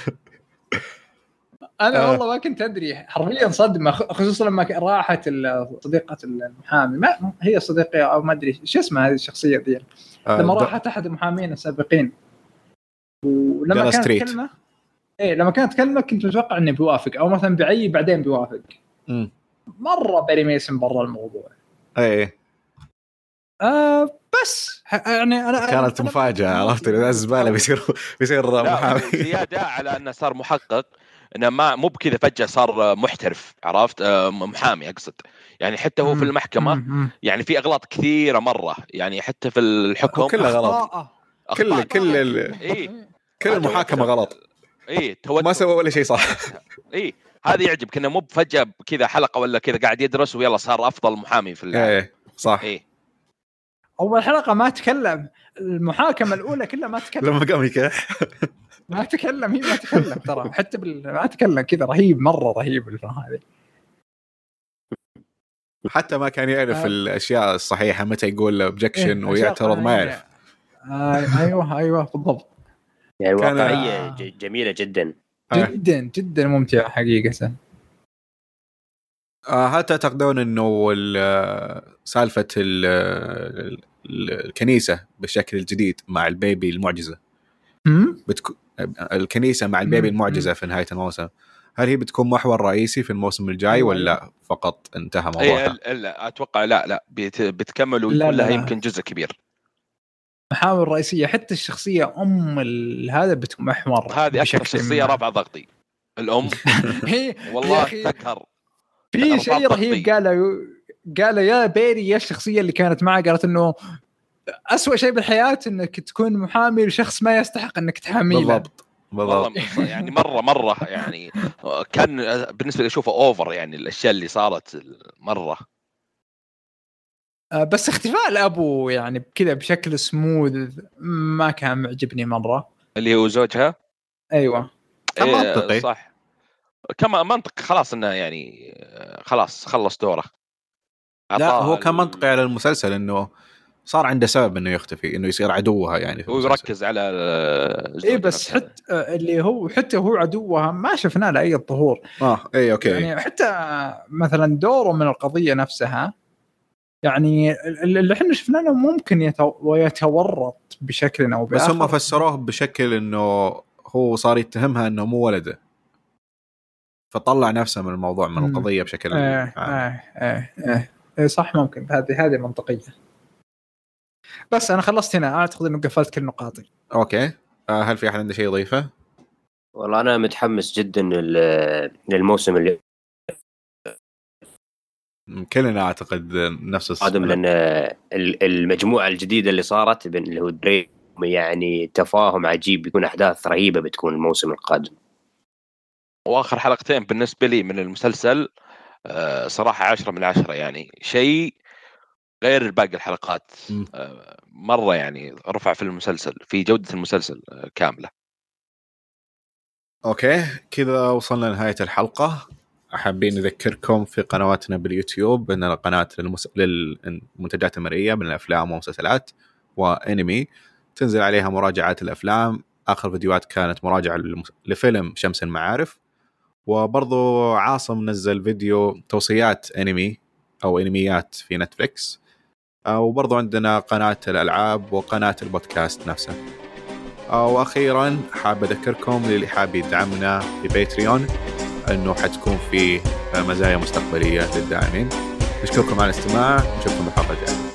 Speaker 2: انا والله ما كنت ادري حرفيا صدمه، خصوصا لما راحت صديقه المحامي، ما هي صديقه او ما ادري شو اسمها هذه الشخصيه ذي، لما راحت احد المحامين السابقين ولما كانت كلمه ايه لما كانت كلمه كنت متوقع انه بيوافق او مثلا بعي بعدين بيوافق.
Speaker 1: امم
Speaker 2: مره باري ميسن برا الموضوع.
Speaker 1: ايه
Speaker 2: آه بس يعني انا
Speaker 1: كانت أنا مفاجاه، عرفت الزباله بيصير بيصير محامي
Speaker 3: زياده على انه صار محقق، انه ما مو بكذا فجاه صار محترف، عرفت آه محامي اقصد يعني. حتى هو في المحكمه يعني في اغلاط كثيره مره يعني، حتى في الحكم
Speaker 1: كله غلط. كل كل ال...
Speaker 3: إيه؟
Speaker 1: كل المحاكمه غلط.
Speaker 3: ايه
Speaker 1: ما سوى ولا شيء صح.
Speaker 3: ايه هذا يعجب كنا مو بفجاه كذا حلقه ولا كذا قاعد يدرس ويلا صار افضل محامي في العالم.
Speaker 1: ايه صح.
Speaker 3: ايه
Speaker 2: اول حلقه ما تكلم، المحاكمه الاولى كلها ما تكلم.
Speaker 1: لما قام يكح
Speaker 2: ما تكلم، هي ما تكلم ترى حتى بال... ما تكلم كذا. رهيب مره رهيب الفيلم هذا.
Speaker 1: حتى ما كان يعرف آه. الاشياء الصحيحه متى يقول اوبجكشن إيه ويعترض ما يعرف.
Speaker 2: آه ايوه ايوه بالضبط.
Speaker 4: يعني واقعيه جميله جدا
Speaker 2: جدا جدا ممتعه حقيقه.
Speaker 1: آه هل تعتقدون انه سالفه الكنيسه بالشكل الجديد مع البيبي المعجزه بتكون الكنيسه مع البيبي المعجزه في نهايه الموسم، هل هي بتكون محور رئيسي في الموسم الجاي ولا فقط انتهى موضوعها؟
Speaker 3: إيه لا اتوقع لا لا بتكمل ويكون لها يمكن جزء كبير.
Speaker 2: محاور رئيسيه، حتى الشخصيه ام هذا بتكون محور.
Speaker 3: هذه اكثر شخصيه رابعه ضغطي الام. والله تكهر
Speaker 2: في شيء رهيب قاله قاله يا بيري يا الشخصيه اللي كانت معه، قالت انه أسوأ شيء بالحياه انك تكون محامي لشخص ما يستحق انك تحاميه.
Speaker 1: بالضبط بالضبط.
Speaker 3: يعني مره مره يعني كان بالنسبه لي اشوفه اوفر يعني الاشياء اللي صارت مره.
Speaker 2: بس اختفاء الابو يعني كذا بشكل سموث ما كان معجبني مره.
Speaker 3: اللي هو زوجها
Speaker 2: ايوه
Speaker 3: إيه منطقي صح، كما منطق خلاص انه يعني خلاص خلص دوره.
Speaker 1: لا هو كان منطقي على المسلسل انه صار عنده سبب انه يختفي، انه يصير عدوها يعني في
Speaker 3: ويركز على
Speaker 2: ايه بس حتى اللي هو حتى هو عدوها ما شفنا له اي ظهور.
Speaker 1: اه اي اوكي
Speaker 2: يعني حتى مثلا دوره من القضيه نفسها يعني اللي احنا شفنا له ممكن يتو... يتورط بشكل او باخر،
Speaker 1: بس هم فسروه بشكل انه هو صار يتهمها انه مو ولده فطلع نفسه من الموضوع من القضيه بشكل
Speaker 2: آه آه آه آه آه صح ممكن هذه هذه منطقيه. بس انا خلصت هنا، اعتقد انه قفلت كل نقاطي.
Speaker 1: اوكي آه هل في احد عنده شيء يضيفه؟
Speaker 4: والله انا متحمس جدا للموسم اللي
Speaker 1: كلنا اعتقد نفس
Speaker 4: الصدم، لان المجموعه الجديده اللي صارت اللي هو دريم يعني تفاهم عجيب، بيكون احداث رهيبه بتكون الموسم القادم.
Speaker 3: واخر حلقتين بالنسبه لي من المسلسل صراحه عشرة من عشرة، يعني شيء غير باقي الحلقات مره، يعني رفع في المسلسل في جوده المسلسل كامله.
Speaker 1: اوكي كذا وصلنا لنهايه الحلقه. حابين نذكركم في قنواتنا باليوتيوب، اننا قناه للمس... للمنتجات المرئيه من الافلام ومسلسلات وانمي، تنزل عليها مراجعات الافلام. اخر فيديوهات كانت مراجعه لفيلم شمس المعارف، وبرضو عاصم نزل فيديو توصيات انمي او انميات في نتفليكس، وبرضو عندنا قناه الالعاب وقناه البودكاست نفسه. واخيرا حاب اذكركم للي حاب يدعمنا في باتريون انه حتكون في مزايا مستقبليه للداعمين. نشكركم على الاستماع، نشوفكم بالحلقه الجايه.